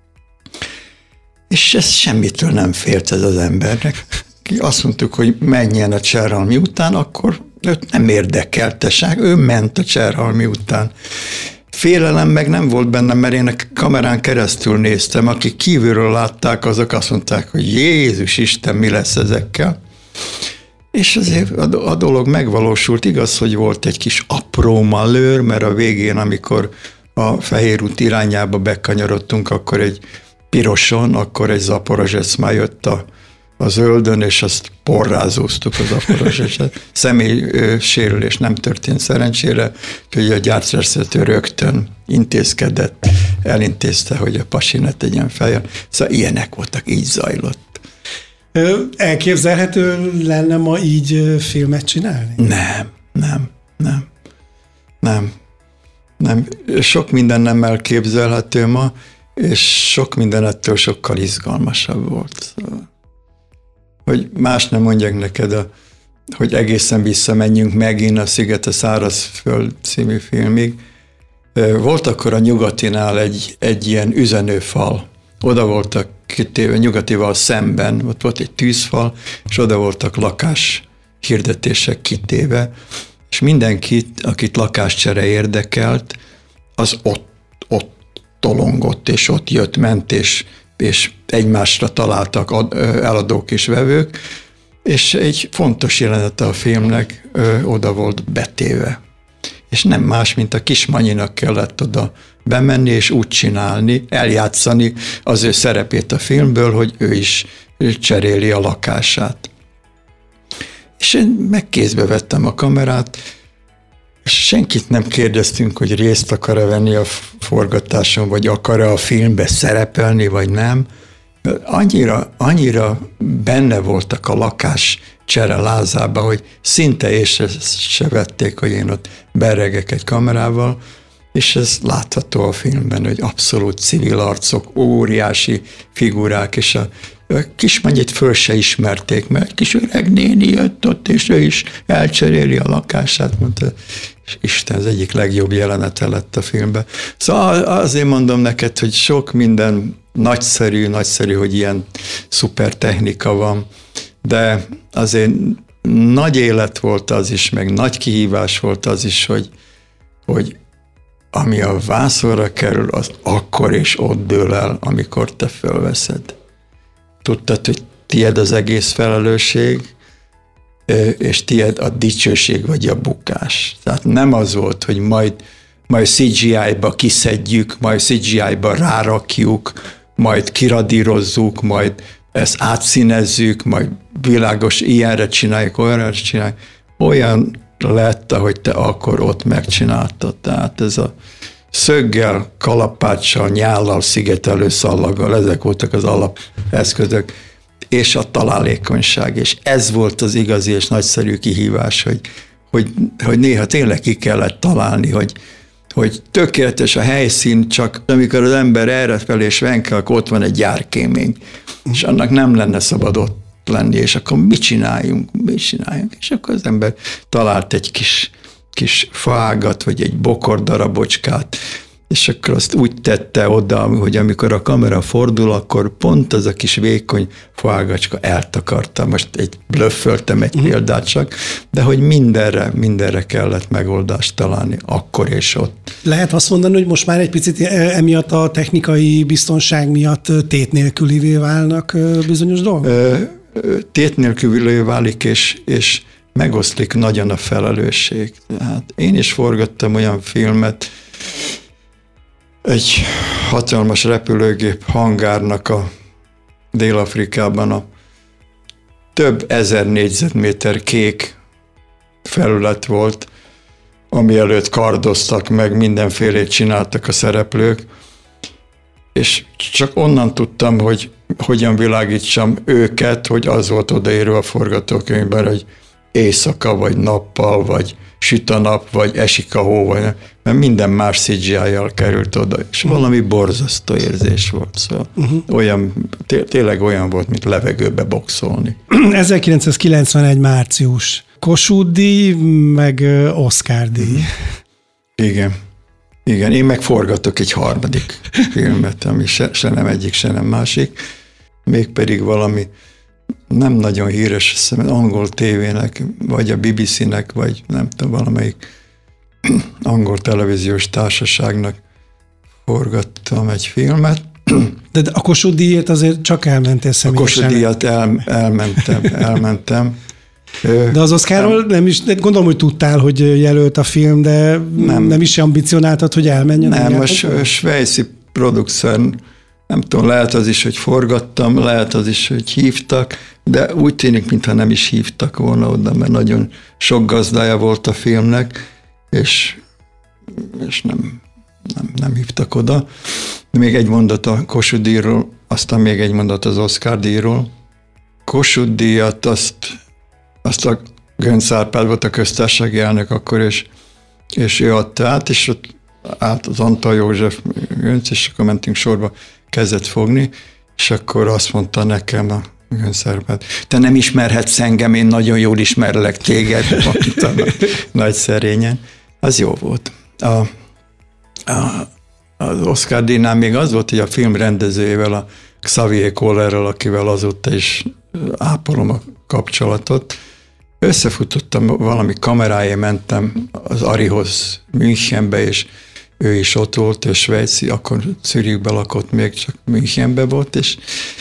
S3: és ez semmitől nem félt ez az embernek. Azt mondtuk, hogy menjen a Cserhalmi után, akkor őt nem érdekelte, ő ment a Cserhalmi után. Félelem meg nem volt bennem, mert én a kamerán keresztül néztem, akik kívülről látták, azok azt mondták, hogy Jézus Isten, mi lesz ezekkel. És azért a dolog megvalósult, igaz, hogy volt egy kis apró malőr, mert a végén, amikor a Fehér út irányába bekanyarodtunk, akkor egy piroson, akkor egy Zaporozsec már jött a zöldön, és azt porrázóztuk az Zaporozsecet. Személy sérülés nem történt szerencsére, hogy a gyártásvezető rögtön intézkedett, elintézte, hogy a pasi ne tegyen fel. Szóval ilyenek voltak, így zajlott.
S2: Elképzelhető lenne ma így filmet csinálni?
S3: Nem. Sok minden nem elképzelhető ma, és sok minden ettől sokkal izgalmasabb volt. Szóval, hogy más nem mondjak neked, hogy egészen visszamenjünk megint a Sziget a szárazföld című filmig. Volt akkor a Nyugatinál egy ilyen üzenőfal. Oda voltak kitéve, Nyugatival szemben, ott volt egy tűzfal, és oda voltak lakáshirdetések kitéve, és mindenkit, akit lakáscsere érdekelt, az ott tolongott, és ott jött, ment, és egymásra találtak eladók és vevők, és egy fontos jelenete a filmnek oda volt betéve. És nem más, mint a Kismanyinak kellett oda bemenni, és úgy csinálni, eljátszani az ő szerepét a filmből, hogy ő is cseréli a lakását. És én meg kézbe vettem a kamerát, és senkit nem kérdeztünk, hogy részt akar-e venni a forgatáson, vagy akar-e a filmbe szerepelni, vagy nem. Annyira benne voltak a lakás csere lázában, hogy szinte észre se vették, hogy én ott beregek egy kamerával, és ez látható a filmben, hogy abszolút civil arcok, óriási figurák, és a Kismanyit föl se ismerték, mert kis öreg néni jött ott, és ő is elcseréli a lakását, mondta, és Isten, az egyik legjobb jelenete lett a filmben. Szóval azért mondom neked, hogy sok minden nagyszerű, hogy ilyen szuper technika van, de azért nagy élet volt az is, meg nagy kihívás volt az is, hogy ami a vászonra kerül, az akkor és ott dől el, amikor te fölveszed. Tudtad, hogy tied az egész felelősség, és tied a dicsőség vagy a bukás. Tehát nem az volt, hogy majd CGI-ba kiszedjük, majd CGI-ba rárakjuk, majd kiradírozzuk, majd ezt átszínezzük, majd világos ilyenre csináljuk, olyanra csináljuk. Olyan lett, ahogy te akkor ott megcsináltad. Tehát ez a szöggel, kalapáccsal, nyállal, szigetelő szallaggal, ezek voltak az alapeszközök, és a találékonyság. És ez volt az igazi és nagyszerű kihívás, hogy néha tényleg ki kellett találni, hogy tökéletes a helyszín, csak amikor az ember errefelé svenkel, akkor ott van egy gyárkémény, és annak nem lenne szabad ott lenni, és akkor mit csináljunk, és akkor az ember talált egy kis faágat, vagy egy bokordarabocskát, és akkor azt úgy tette oda, hogy amikor a kamera fordul, akkor pont az a kis vékony faágacska eltakarta. Most blöfföltem egy példát csak, de hogy mindenre kellett megoldást találni, akkor és ott.
S2: Lehet azt mondani, hogy most már egy picit emiatt a technikai biztonság miatt tét nélkülivé válnak bizonyos dolgok?
S3: Tét nélkülivé válik, és megoszlik nagyon a felelősség. Tehát én is forgattam olyan filmet, egy hatalmas repülőgép hangárnak a Dél-Afrikában a több ezer négyzetméter kék felület volt, ami előtt kardoztak meg, mindenfélét csináltak a szereplők, és csak onnan tudtam, hogy hogyan világítsam őket, hogy az volt odaírva a forgatókönyvben, hogy éjszaka, vagy nappal, vagy süt a nap, vagy esik a hó, mert minden más CGI-jal került oda, és valami borzasztó érzés volt. Szóval tényleg olyan volt, mint levegőbe boxolni.
S2: 1991. március. Kossuth-díj, meg Oscar-díj.
S3: Igen, én meg forgatok egy harmadik filmet, ami se nem egyik, se nem másik, mégpedig valami nem nagyon híres, azt hiszem, angol tévének, vagy a BBC-nek, vagy nem tudom, valamelyik angol televíziós társaságnak forgattam egy filmet.
S2: De a Kossuth-díjért azért csak elmentél személyesen.
S3: A Kossuth-díjat elmentem.
S2: De az Oscarról nem is, gondolom, hogy tudtál, hogy jelölt a film, de nem is ambicionáltad, hogy elmenjen.
S3: Nem, a svájci producer, nem tudom, lehet az is, hogy forgattam, lehet az is, hogy hívtak, de úgy tűnik, mintha nem is hívtak volna oda, mert nagyon sok gazdája volt a filmnek, és nem hívtak oda. Még egy mondat a Kossuth-díjról, aztán még egy mondat az Oscar-díjról. Kossuth-díjat azt a Göncz Árpád volt a köztársasági elnök akkor, és ő adta át, és ott állt az Antal József Göncz, és akkor mentünk sorba, kezdett fogni, és akkor azt mondta nekem a Göncz Árpád, te nem ismerhetsz engem, én nagyon jól ismerlek téged, mondtam nagy szerényen. Az jó volt. Az Oscar-díjnál még az volt, hogy a film rendezőjével, a Xavier Collerrel, akivel azóta is ápolom a kapcsolatot, összefutottam valami kameráért, mentem az Arihoz Münchenbe, és ő is ott volt, ő svájci, akkor Zürichbe lakott, még csak Münchenbe volt, és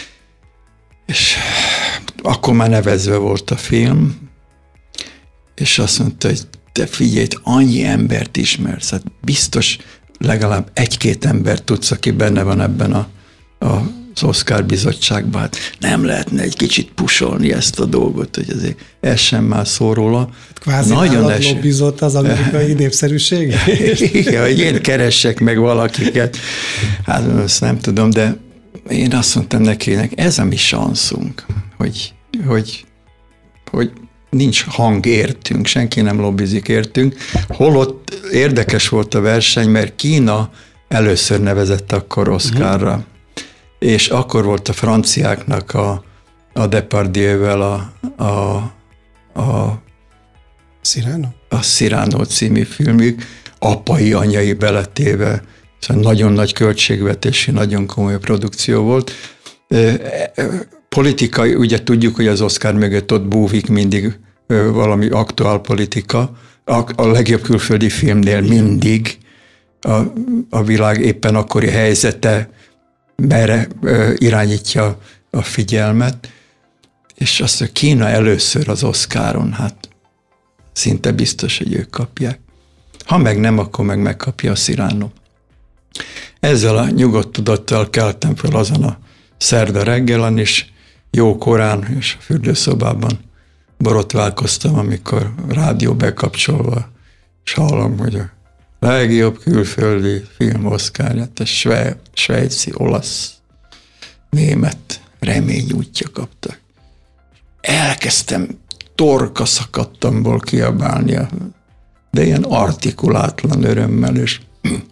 S3: akkor már nevezve volt a film, és azt mondta, hogy te figyelj, annyi embert ismersz, hát biztos legalább egy-két embert tudsz, aki benne van ebben az Oscar bizottságban. Hát nem lehetne egy kicsit pusolni ezt a dolgot, hogy azért ez sem már szó róla.
S2: Kvázi állatlobbizott az amerikai népszerűség?
S3: Igen, hogy én keressek meg valakiket. Hát azt nem tudom, de én azt mondtam nekinek, ez a mi sanszunk, hogy nincs hang értünk, senki nem lobbizik értünk. Holott érdekes volt a verseny, mert Kína először nevezett akkor Oscarra, és akkor volt a franciáknak a Depardieu-vel a Cyrano című filmük, apai, anyai beletéve, szóval nagyon nagy költségvetési, nagyon komoly produkció volt. Politikai, ugye tudjuk, hogy az Oscar mögött ott búvik mindig valami aktuál politika, a legjobb külföldi filmnél mindig a világ éppen akkori helyzete merre irányítja a figyelmet, és azt, hogy Kína először az Oscaron, hát szinte biztos, hogy ők kapják. Ha meg nem, akkor megkapja a Cyrano. Ezzel a nyugodt tudattal keltem fel azon a szerda reggelen, és jó korán, és a fürdőszobában borotválkoztam, amikor a rádió bekapcsolva, és hallom, hogy a legjobb külföldi film Oscarját, a svájci, olasz, német Remény útja kaptak. Elkezdtem torka szakadtamból kiabálni, de ilyen artikulátlan örömmel, és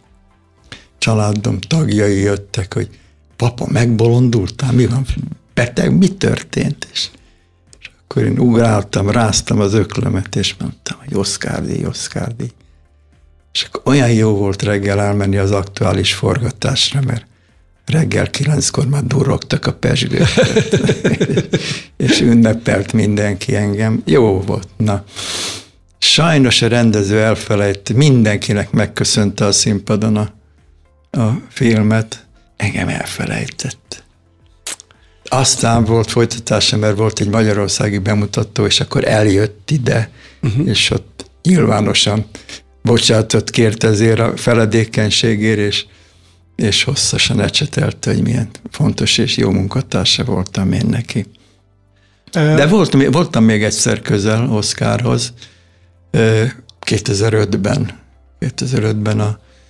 S3: családom tagjai jöttek, hogy papa, megbolondultál? Mi van? Beteg? Mi történt? És akkor én ugráltam, ráztam az öklömet, és mondtam, hogy Oscar-díj, Oscar-díj. És akkor olyan jó volt reggel elmenni az aktuális forgatásra, mert reggel 9-kor már durrogtak a pezsgők, és ünnepelt mindenki engem. Jó volt, na. Sajnos a rendező elfelejt, mindenkinek megköszönte a színpadon a filmet, engem elfelejtett. Aztán volt folytatása, mert volt egy magyarországi bemutató, és akkor eljött ide, és ott nyilvánosan bocsánatot kért ezért a feledékenységért, és hosszasan ecsetelte, hogy milyen fontos és jó munkatársa voltam én neki. De voltam még egyszer közel Oscarhoz, 2005-ben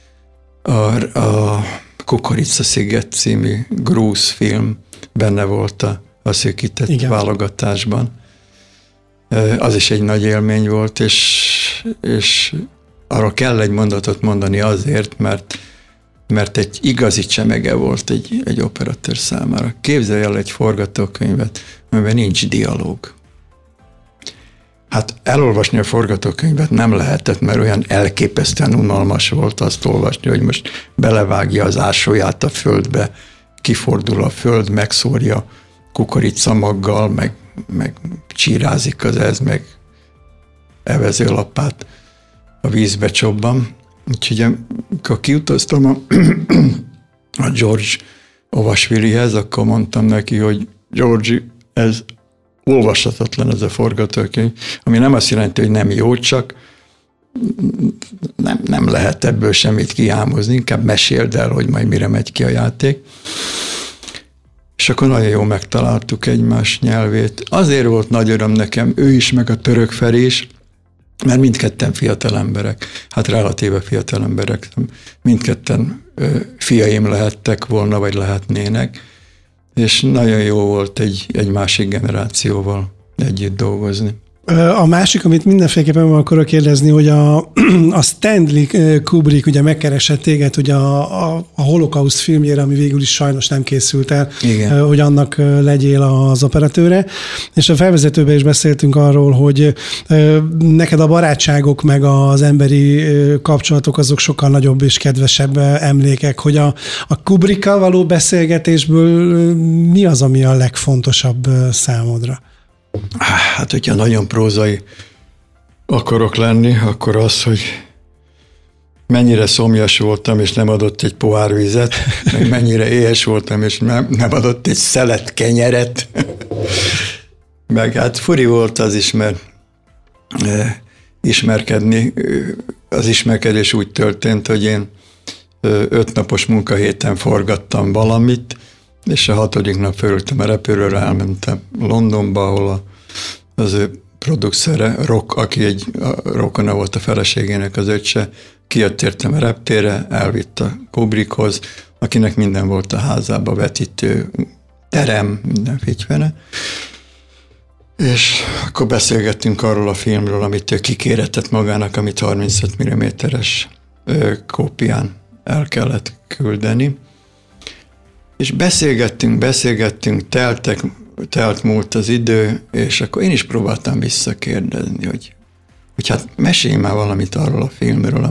S3: a Kukorica-sziget című grúz film benne volt a szűkített válogatásban. Az is egy nagy élmény volt, és arra kell egy mondatot mondani azért, mert egy igazi csemege volt egy operatőr számára. Képzelj el egy forgatókönyvet, amiben nincs dialóg. Hát elolvasni a forgatókönyvet nem lehetett, mert olyan elképesztően unalmas volt azt olvasni, hogy most belevágja az ásóját a földbe, kifordul a föld, megszórja kukoricamaggal, meg csírázik meg evezőlapát a vízbe csobban. Úgyhogy amikor kiutaztam a George Ovasvilihez, akkor mondtam neki, hogy Georgi, ez olvashatatlan ez a forgatókönyv, ami nem azt jelenti, hogy nem jó, csak nem lehet ebből semmit kihámozni, inkább meséld el, hogy majd mire megy ki a játék. És akkor nagyon jól megtaláltuk egymás nyelvét. Azért volt nagy öröm nekem, ő is, meg a Török Feri is, mert mindketten fiatal emberek, hát relatíve fiatal emberek, mindketten fiaim lehettek volna, vagy lehetnének, és nagyon jó volt egy másik generációval együtt dolgozni.
S2: A másik, amit mindenféleképpen meg akarok kérdezni, hogy a Stanley Kubrick ugye megkeresett téged, hogy a Holocaust filmjére, ami végül is sajnos nem készült el, igen, hogy annak legyél az operatőre. És a felvezetőben is beszéltünk arról, hogy neked a barátságok meg az emberi kapcsolatok azok sokkal nagyobb és kedvesebb emlékek, hogy a Kubrickkal való beszélgetésből mi az, ami a legfontosabb számodra?
S3: Hát, hogyha nagyon prózai akarok lenni, akkor az, hogy mennyire szomjas voltam, és nem adott egy pohár vizet, meg mennyire éhes voltam, és nem adott egy szelet kenyeret. Meg hát furi volt az is, mert az ismerkedés úgy történt, hogy én 5 napos munkahéten forgattam valamit, és a 6. nap fölültem a repülőre, elmentem Londonba, ahol az ő produkszere, aki egy rokona volt a feleségének az öccse, kijött értem a reptérre, elvitt a Kubrickhoz, akinek minden volt a házába, vetítő, terem, minden figyfene. És akkor beszélgettünk arról a filmről, amit ő kikéretett magának, amit 35 mm-es kópián el kellett küldeni. És beszélgettünk, telt múlt az idő, és akkor én is próbáltam visszakérdezni, hogy hát mesélj már valamit arról a filmről,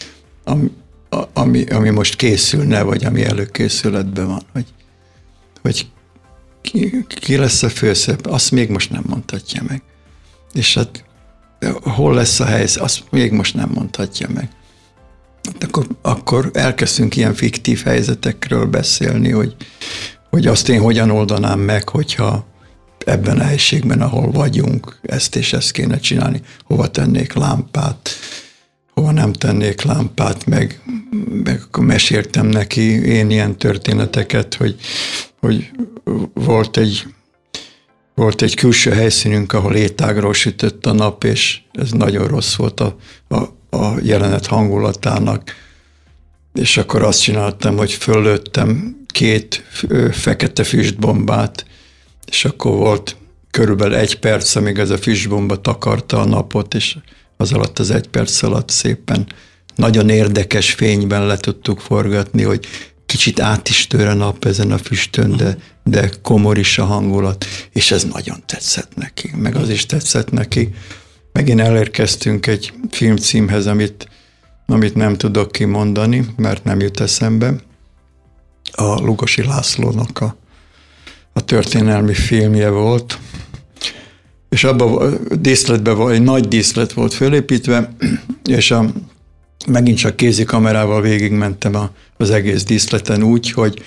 S3: ami most készülne, vagy ami előkészületben van, hogy ki lesz a főszereplő, azt még most nem mondhatja meg. És hát hol lesz a helyzet, azt még most nem mondhatja meg. Akkor elkezdtünk ilyen fiktív helyzetekről beszélni, hogy azt én hogyan oldanám meg, hogyha ebben a helységben, ahol vagyunk, ezt és ezt kéne csinálni, hova tennék lámpát, hova nem tennék lámpát, meg akkor meséltem neki én ilyen történeteket, hogy volt egy külső helyszínünk, ahol étágról sütött a nap, és ez nagyon rossz volt a jelenet hangulatának, és akkor azt csináltam, hogy fölöttem 2 fekete füstbombát, és akkor volt körülbelül 1 perc, amíg ez a füstbomba takarta a napot, és az alatt az 1 perc alatt szépen nagyon érdekes fényben le tudtuk forgatni, hogy kicsit át is tör a nap ezen a füstön, de komor is a hangulat, és ez nagyon tetszett neki, meg az is tetszett neki. Megint elérkeztünk egy filmcímhez, amit nem tudok kimondani, mert nem jut eszembe. A Lugosi Lászlónak a történelmi filmje volt, és abban a díszletben egy nagy díszlet volt fölépítve, és megint csak kézikamerával végigmentem az egész díszleten úgy, hogy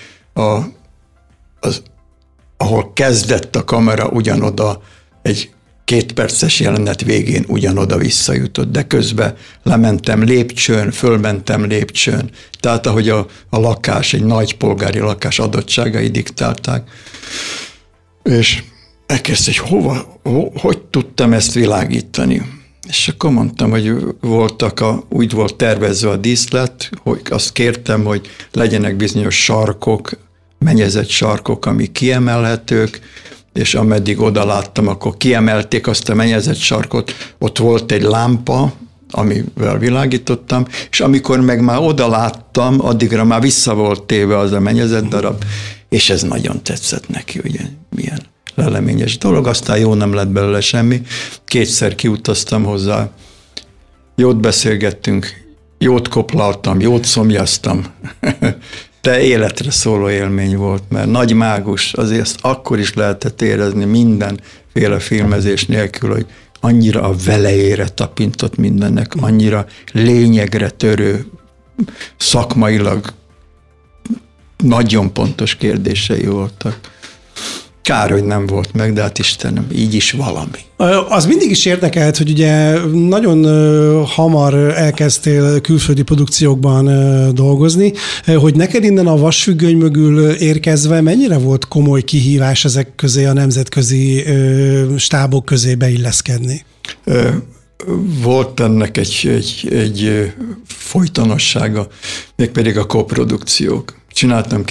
S3: ahol kezdett a kamera, ugyanoda egy 2 perces jelenet végén ugyanoda visszajutott, de közben lementem lépcsőn, fölmentem lépcsőn. Tehát ahogy a lakás, egy nagy polgári lakás adottságai diktálták. És elkezdte, hogy hogy tudtam ezt világítani. És akkor mondtam, hogy úgy volt tervezve a díszlet, hogy azt kértem, hogy legyenek bizonyos sarkok, mennyezett sarkok, amik kiemelhetők, és ameddig oda láttam, akkor kiemelték azt a mennyezett sarkot, ott volt egy lámpa, amivel világítottam, és amikor meg már oda láttam, addigra már vissza volt téve az a mennyezett darab, és ez nagyon tetszett neki, ugye milyen leleményes dolog, aztán jó nem lett belőle semmi, 2-szer kiutaztam hozzá, jót beszélgettünk, jót koplaltam, jót szomjaztam, de életre szóló élmény volt, mert nagy mágus, azért ezt akkor is lehetett érezni mindenféle filmezés nélkül, hogy annyira a velejére tapintott mindennek, annyira lényegre törő, szakmailag nagyon pontos kérdései voltak. Kár, hogy nem volt meg, de hát Istenem, így is valami.
S2: Az mindig is érdekelt, hogy ugye nagyon hamar elkezdtél külföldi produkciókban dolgozni, hogy neked innen a vasfüggöny mögül érkezve mennyire volt komoly kihívás ezek közé, a nemzetközi stábok közé beilleszkedni?
S3: volt ennek egy folytonossága, mégpedig a koprodukciók. Csináltam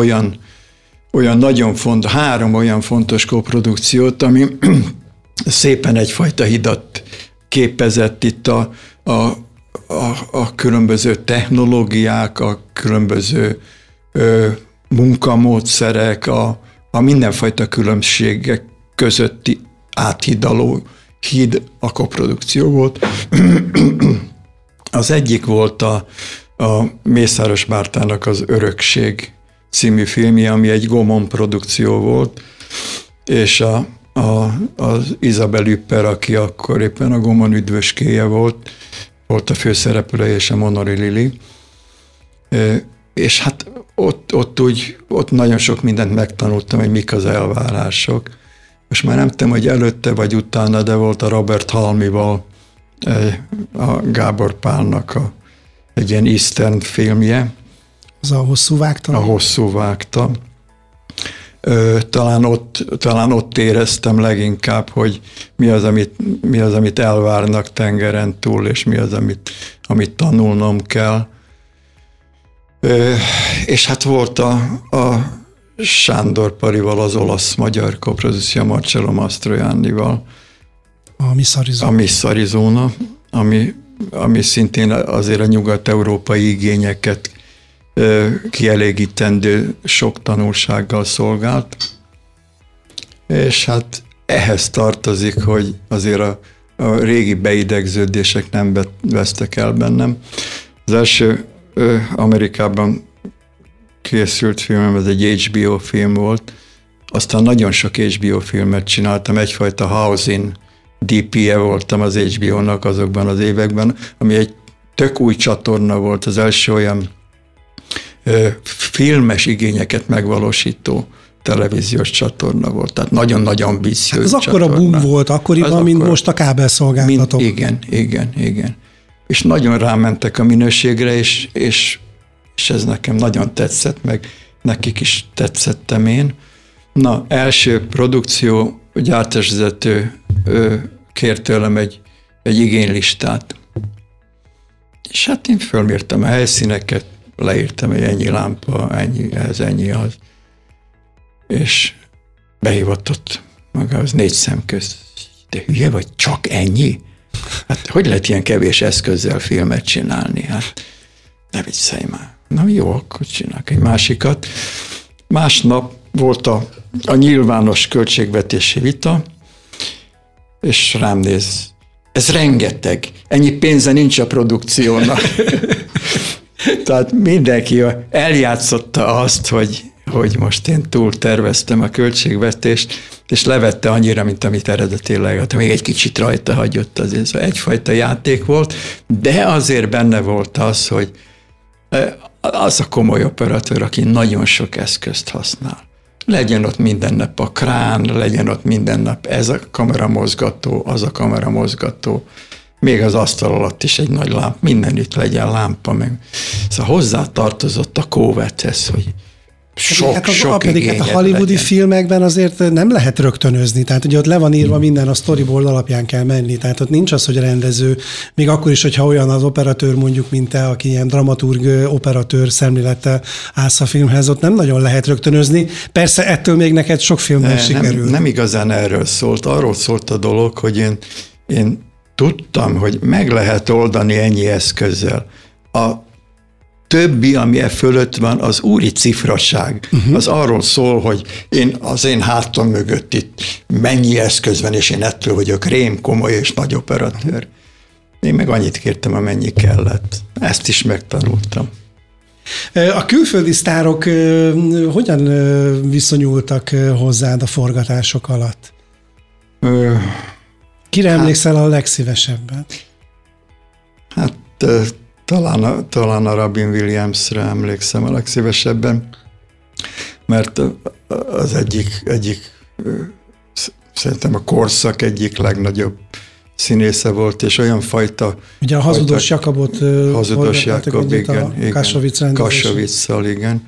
S3: három olyan fontos koprodukciót, ami szépen egyfajta hidat képezett itt a különböző technológiák, a különböző munkamódszerek, a mindenfajta különbségek közötti áthidaló híd a koprodukció volt. Az egyik volt a Mészáros Mártának az Örökség című filmje, ami egy Gaumont produkció volt, és az Isabelle Huppert, aki akkor éppen a Gaumont üdvöskéje volt a főszereplője, és a Monori Lili. És hát ott nagyon sok mindent megtanultam, hogy mik az elvárások. Most már nem tudom, hogy előtte vagy utána, de volt a Robert Halmival a Gábor Pálnak egy ilyen Eastern filmje.
S2: Az a Hosszú vágta?
S3: A Hosszú vágta. Talán ott éreztem leginkább, hogy mi az, amit elvárnak tengeren túl, és mi az, amit tanulnom kell. És hát volt a Sándor Parival az olasz-magyar koprodukció, Marcello Mastroiannival.
S2: A Miss
S3: Arizona, ami szintén azért a nyugat-európai igényeket kielégítendő sok tanulsággal szolgált. És hát ehhez tartozik, hogy azért a régi beidegződések nem vesztek el bennem. Az első Amerikában készült filmem, ez egy HBO film volt, aztán nagyon sok HBO filmet csináltam, egyfajta housing DP-je voltam az HBO-nak azokban az években, ami egy tök új csatorna volt, az első olyan filmes igényeket megvalósító televíziós csatorna volt, tehát nagyon-nagyon ambíciós csatorna.
S2: Az akkora boom volt akkoriban, mint most a kábelszolgáltatók.
S3: Igen. És nagyon rámentek a minőségre, és ez nekem nagyon tetszett, meg nekik is tetszettem én. Na, első produkció, gyártásvezető kért tőlem egy igénylistát. És hát én fölmértem a helyszíneket, leírtam, hogy ennyi lámpa, ennyi az. És behivatott maga az 4 szem közt. De hülye vagy, csak ennyi? Hát hogy lehet ilyen kevés eszközzel filmet csinálni? Hát ne viccelj már. Na jó, akkor csinálok egy másikat. Másnap volt a nyilvános költségvetési vita, és rám néz, ez rengeteg, ennyi pénze nincs a produkciónak. Tehát mindenki eljátszotta azt, hogy most én túl terveztem a költségvetést, és levette annyira, mint amit eredetileg, hát még egy kicsit rajta hagyott azért. Szóval egyfajta játék volt, de azért benne volt az, hogy az a komoly operatőr, aki nagyon sok eszközt használ. Legyen ott minden nap a krán, legyen ott minden nap ez a kameramozgató, az a kameramozgató, még az asztal alatt is egy nagy lámpa, mindenütt legyen lámpa, meg. Szóval hozzá tartozott a kóvethez, hogy sok
S2: pedig a hollywoodi
S3: legyen.
S2: Filmekben azért nem lehet rögtönözni, tehát ugye ott le van írva minden, a storyboard alapján kell menni, tehát ott nincs az, hogy rendező, még akkor is, hogyha olyan az operatőr mondjuk, mint te, aki ilyen dramaturg, operatőr szemlélettel állsz a filmhez, ott nem nagyon lehet rögtönözni. Persze ettől még neked sok filmben sikerül.
S3: Nem igazán erről szólt, arról szólt a dolog, hogy én tudtam, hogy meg lehet oldani ennyi eszközzel. A többi, ami fölött van, az úri cifraság. Az arról szól, hogy az én hátam mögött itt mennyi eszköz van, és én ettől vagyok rém, komoly és nagy operatőr. Én meg annyit kértem, amennyi kellett. Ezt is megtanultam.
S2: A külföldi sztárok hogyan viszonyultak hozzád a forgatások alatt? Kire emlékszel a legszívesebben?
S3: Hát talán a Robin Williamsre emlékszem a legszívesebben, mert az egyik szerintem a korszak egyik legnagyobb színésze volt, és olyan fajta...
S2: Ugye a Hazudos Jakabot
S3: Hazudos Jakab, igen.
S2: Kassovitz-szal,
S3: igen.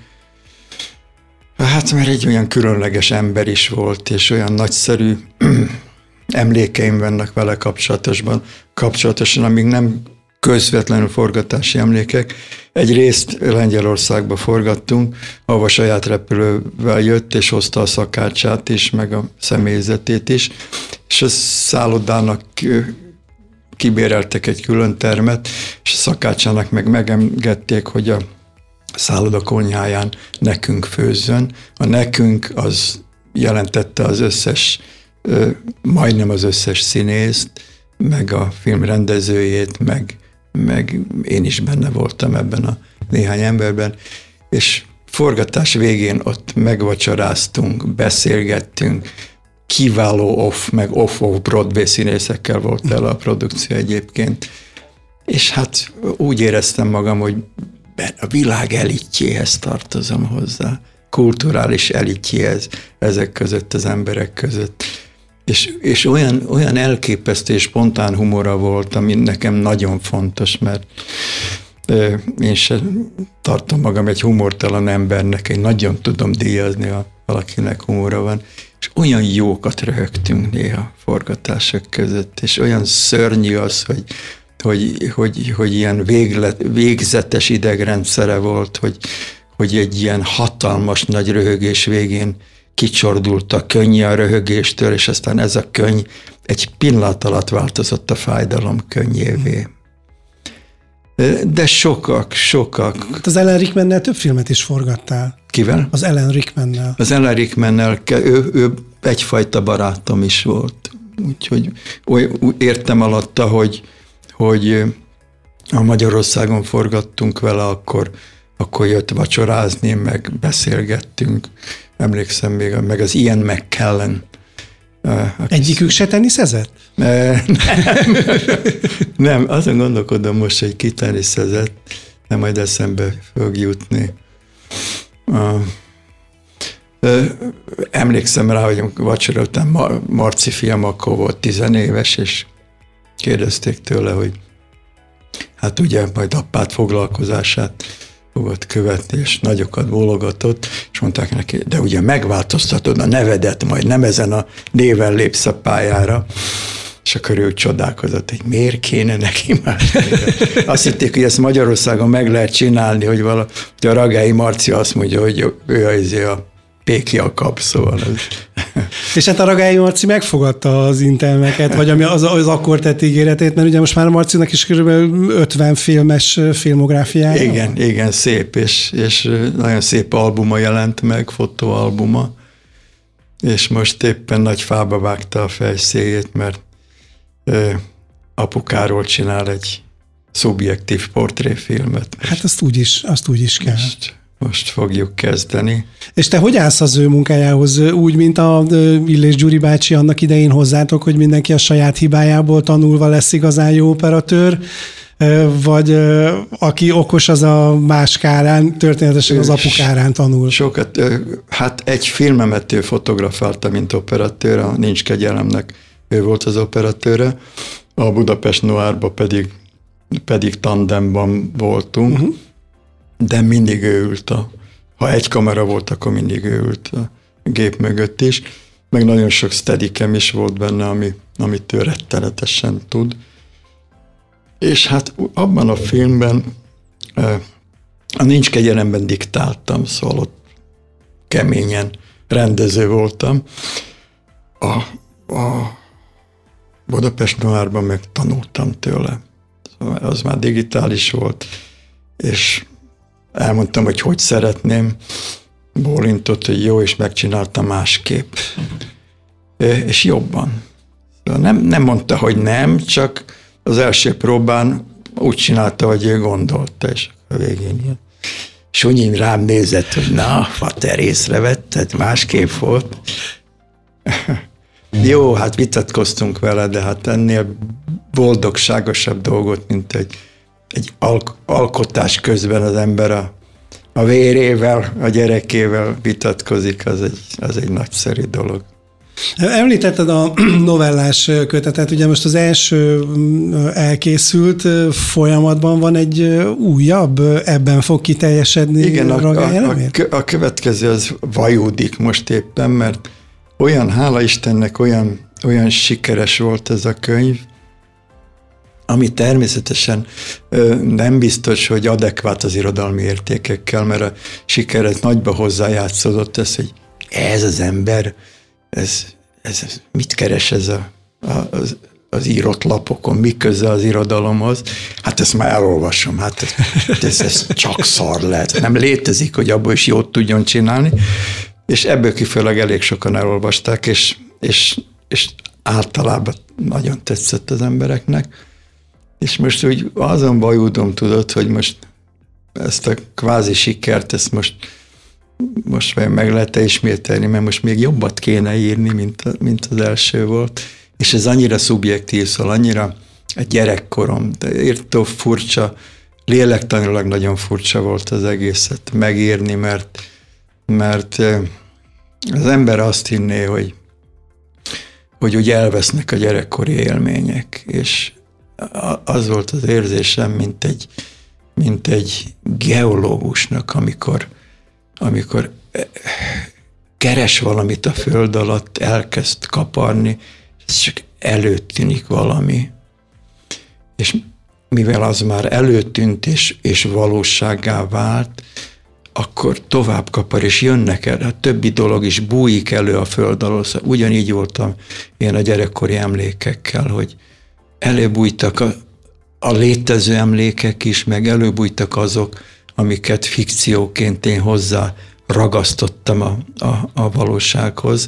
S3: Hát mert egy olyan különleges ember is volt, és olyan nagyszerű emlékeim vannak vele kapcsolatosan, amíg nem közvetlenül forgatási emlékek. Egyrészt Lengyelországba forgattunk, ahova saját repülővel jött, és hozta a szakácsát is, meg a személyzetét is, és a szállodának kibéreltek egy külön termet, és a szakácsának meg megengedték, hogy a szálloda konyháján nekünk főzzön. A nekünk az jelentette az összes, majdnem az összes színészt, meg a film rendezőjét, meg én is benne voltam ebben a néhány emberben, és forgatás végén ott megvacsoráztunk, beszélgettünk, kiváló meg off-off Broadway színészekkel volt el a produkció egyébként, és hát úgy éreztem magam, hogy a világ elitjéhez tartozom hozzá, kulturális elitjéhez ezek között, az emberek között. És olyan elképesztő és spontán humora volt, ami nekem nagyon fontos, mert én sem tartom magam egy humortalan embernek, én nagyon tudom díjazni, ha valakinek humora van, és olyan jókat röhögtünk néha forgatások között, és olyan szörnyű az, hogy ilyen végzetes idegrendszere volt, hogy egy ilyen hatalmas nagy röhögés végén kicsordult a könny a röhögéstől, és aztán ez a könny egy pillanat alatt változott a fájdalom könnyévé. De sokak.
S2: Az Alan Rickmannel több filmet is forgattál.
S3: Kivel?
S2: Az Alan Rickmannel.
S3: Az Alan Rickmannel, ő egyfajta barátom is volt. Úgyhogy értem alatta, hogy ha Magyarországon forgattunk vele, akkor jött vacsorázni, meg beszélgettünk. Emlékszem még, meg az Ian McKellen.
S2: Egyikük se teniszezett?
S3: Nem, azon gondolkodom most, hogy ki teniszezett, de majd eszembe fog jutni. Emlékszem rá, hogy vacsora után Marci fiam akkor volt 10 éves, és kérdezték tőle, hogy hát ugye majd apád foglalkozását fogod követni, és nagyokat bólogatott, és mondták neki, de ugye megváltoztatod a nevedet, majd nem ezen a néven lépsz a pályára. És akkor ő csodálkozott, hogy miért kéne neki más néven. Azt hitték, hogy ezt Magyarországon meg lehet csinálni, hogy a Ragályi Marci azt mondja, hogy ő a Péki a kap, szóval ez.
S2: És hát a Ragályi Marci megfogadta az intelmeket, vagy ami az akkor tett ígéretét, mert ugye most már a Marcinak is körülbelül 50 filmes filmográfiája.
S3: Igen, szép, és nagyon szép albuma jelent meg, fotóalbuma, és most éppen nagy fába vágta a fejszéjét, mert apukáról csinál egy szubjektív portréfilmet.
S2: Hát azt úgy is kell.
S3: Most fogjuk kezdeni.
S2: És te hogy állsz az ő munkájához? Úgy, mint a Illés Gyuri bácsi annak idején hozzátok, hogy mindenki a saját hibájából tanulva lesz igazán jó operatőr, vagy aki okos, az a más kárán, történetesen az apu kárán tanul?
S3: Sokat, hát egy filmemet ő fotografálta, mint operatőr, a Nincs kegyelemnek ő volt az operatőre, a Budapest Noirban pedig tandemban voltunk, de mindig ő ült ha egy kamera volt, akkor mindig ő ült a gép mögött is, meg nagyon sok steadicam is volt benne, amit ő rettenetesen tud. És hát abban a filmben a Nincs kegyelemben diktáltam, szóval ott keményen rendező voltam. A Budapest Noirban meg tanultam tőle. Szóval az már digitális volt, és elmondtam, hogy szeretném, bólintott, hogy jó, és megcsináltam másképp. És jobban. Szóval nem mondta, hogy nem, csak az első próbán úgy csinálta, hogy ő gondolta, és a végén ilyen. Sunyin rám nézett, hogy na, fater, észrevetted, másképp volt. Jó, hát vitatkoztunk vele, de hát ennél boldogságosabb dolgot, mint egy alkotás közben az ember a vérével, a gyerekével vitatkozik, az egy nagyszerű dolog.
S2: Említetted a novellás kötetet, ugye most az első elkészült, folyamatban van egy újabb, ebben fog kiteljesedni.
S3: Igen, a következő az vajúdik most éppen, mert hála Istennek olyan olyan sikeres volt ez a könyv, ami természetesen nem biztos, hogy adekvát az irodalmi értékekkel, mert a siker ez nagyba hozzájátszódott, ez, hogy ez az ember, ez mit keres ez az írott lapokon, mi köze az irodalomhoz? Hát ezt már elolvasom, hát ez csak szar lehet. Nem létezik, hogy abból is jót tudjon csinálni, és ebből kifolyólag elég sokan elolvasták, és általában nagyon tetszett az embereknek. És most úgy azon bajúdom, tudod, hogy most ezt a kvázi sikert, ezt most meg lehet ismételni, mert most még jobbat kéne írni, mint az első volt. És ez annyira szubjektív, szóval annyira a gyerekkorom, de írtó furcsa, lélektanilag nagyon furcsa volt az egészet megírni, mert az ember azt hinné, hogy úgy elvesznek a gyerekkori élmények, és az volt az érzésem, mint egy geológusnak, amikor keres valamit a föld alatt, elkezd kaparni, ez csak előttűnik valami. És mivel az már előtűnt és valósággá vált, akkor tovább kapar, és jönnek el, a többi dolog is bújik elő a föld alól. Szóval ugyanígy voltam én a gyerekkori emlékekkel, hogy előbújtak a létező emlékek is, meg előbújtak azok, amiket fikcióként én hozzá ragasztottam a valósághoz.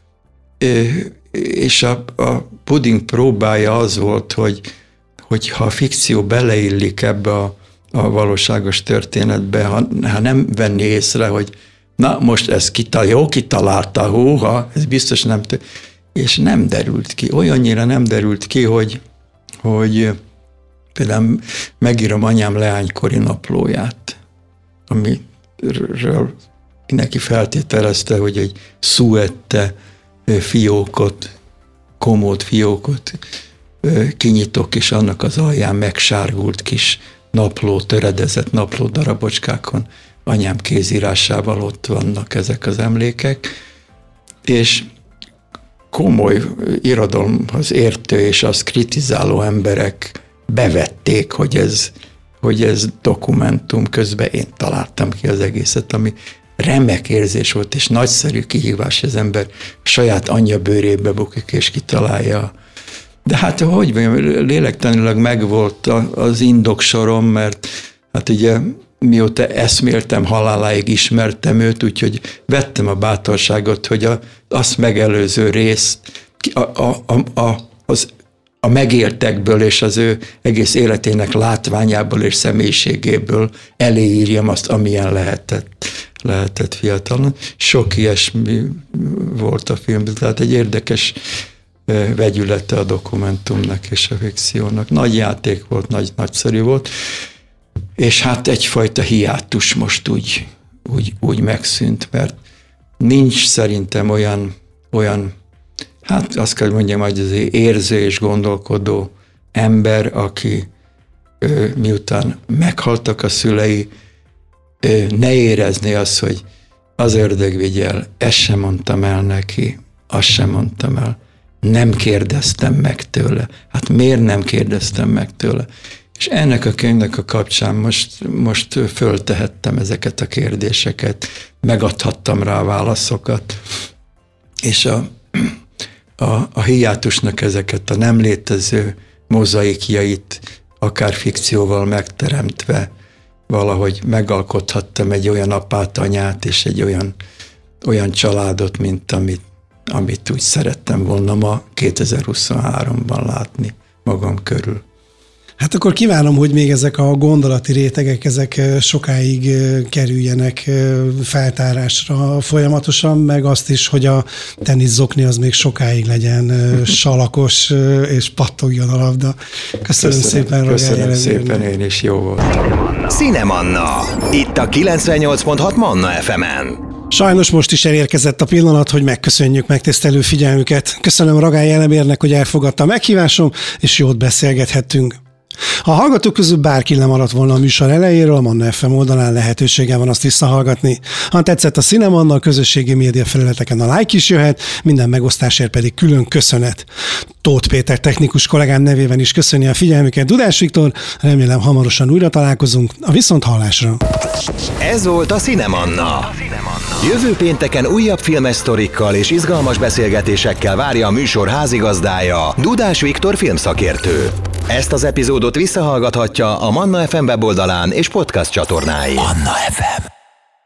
S3: És a puding próbája az volt, hogy ha a fikció beleillik ebbe a valóságos történetbe, ha nem venni észre, hogy na most ezt jó kitalálta, húha, ez biztos nem és nem derült ki. Olyannyira nem derült ki, hogy például megírom anyám leánykori naplóját, amiről neki feltételezte, hogy egy szuette fiókot, komód fiókot kinyitok, és annak az alján megsárgult kis töredezett napló darabocskákon anyám kézírásával ott vannak ezek az emlékek, és komoly irodalomhoz értő és azt kritizáló emberek bevették, hogy ez dokumentum, közben én találtam ki az egészet, ami remek érzés volt, és nagyszerű kihívás, hogy az ember saját anyja bőrébe bukik, és kitalálja. De hát hogy lélektanilag megvolt az indoksorom, mert hát ugye mióta eszméltem, haláláig ismertem őt, úgyhogy vettem a bátorságot, hogy azt megelőző részt a megéltekből és az ő egész életének látványából és személyiségéből eléírjam azt, amilyen lehetett fiatalon. Sok ilyesmi volt a film, tehát egy érdekes vegyülete a dokumentumnak és a fikciónak. Nagy játék volt, nagyszerű volt, és hát egyfajta hiátus most úgy megszűnt, mert nincs szerintem olyan hát azt kell mondjam, hogy az érző és gondolkodó ember, aki miután meghaltak a szülei, ne érezné azt, hogy az ördög vigyel, ezt sem mondtam el neki, azt sem mondtam el, nem kérdeztem meg tőle. Hát miért nem kérdeztem meg tőle? És ennek a könyvnek a kapcsán most föltehettem ezeket a kérdéseket, megadhattam rá a válaszokat, és a hiátusnak ezeket a nem létező mozaikjait, akár fikcióval megteremtve, valahogy megalkothattam egy olyan apát, anyát, és egy olyan családot, mint amit úgy szerettem volna ma 2023-ban látni magam körül.
S2: Hát akkor kívánom, hogy még ezek a gondolati rétegek, ezek sokáig kerüljenek feltárásra folyamatosan, meg azt is, hogy a teniszokni az még sokáig legyen salakos, és pattogjon a labda. Köszönöm szépen,
S3: Köszönöm szépen, én is, jó volt.
S1: Cinemanna. Itt a 98.6 Manna FM-en.
S2: Sajnos most is elérkezett a pillanat, hogy megköszönjük megtisztelő figyelmüket. Köszönöm Ragály Elemérnek, hogy elfogadta a meghívásom, és jót beszélgethettünk. Ha a hallgatók közül bárki lemaradt volna a műsor elejéről, a Manna FM oldalán lehetősége van azt visszahallgatni. Ha tetszett a Cinemanna, a közösségi média felületeken a like is jöhet, minden megosztásért pedig külön köszönet. Tóth Péter technikus kollégám nevében is köszöni a figyelmüket Dudás Viktor, remélem hamarosan újra találkozunk, a viszonthallásra.
S1: Ez volt a Cinemanna. Jövő pénteken újabb filmes sztorikkal és izgalmas beszélgetésekkel várja a műsor házigazdája, Dudás Viktor filmszakértő. Ezt az epizódot visszahallgathatja a Manna FM weboldalán és podcast csatornáin. Manna FM.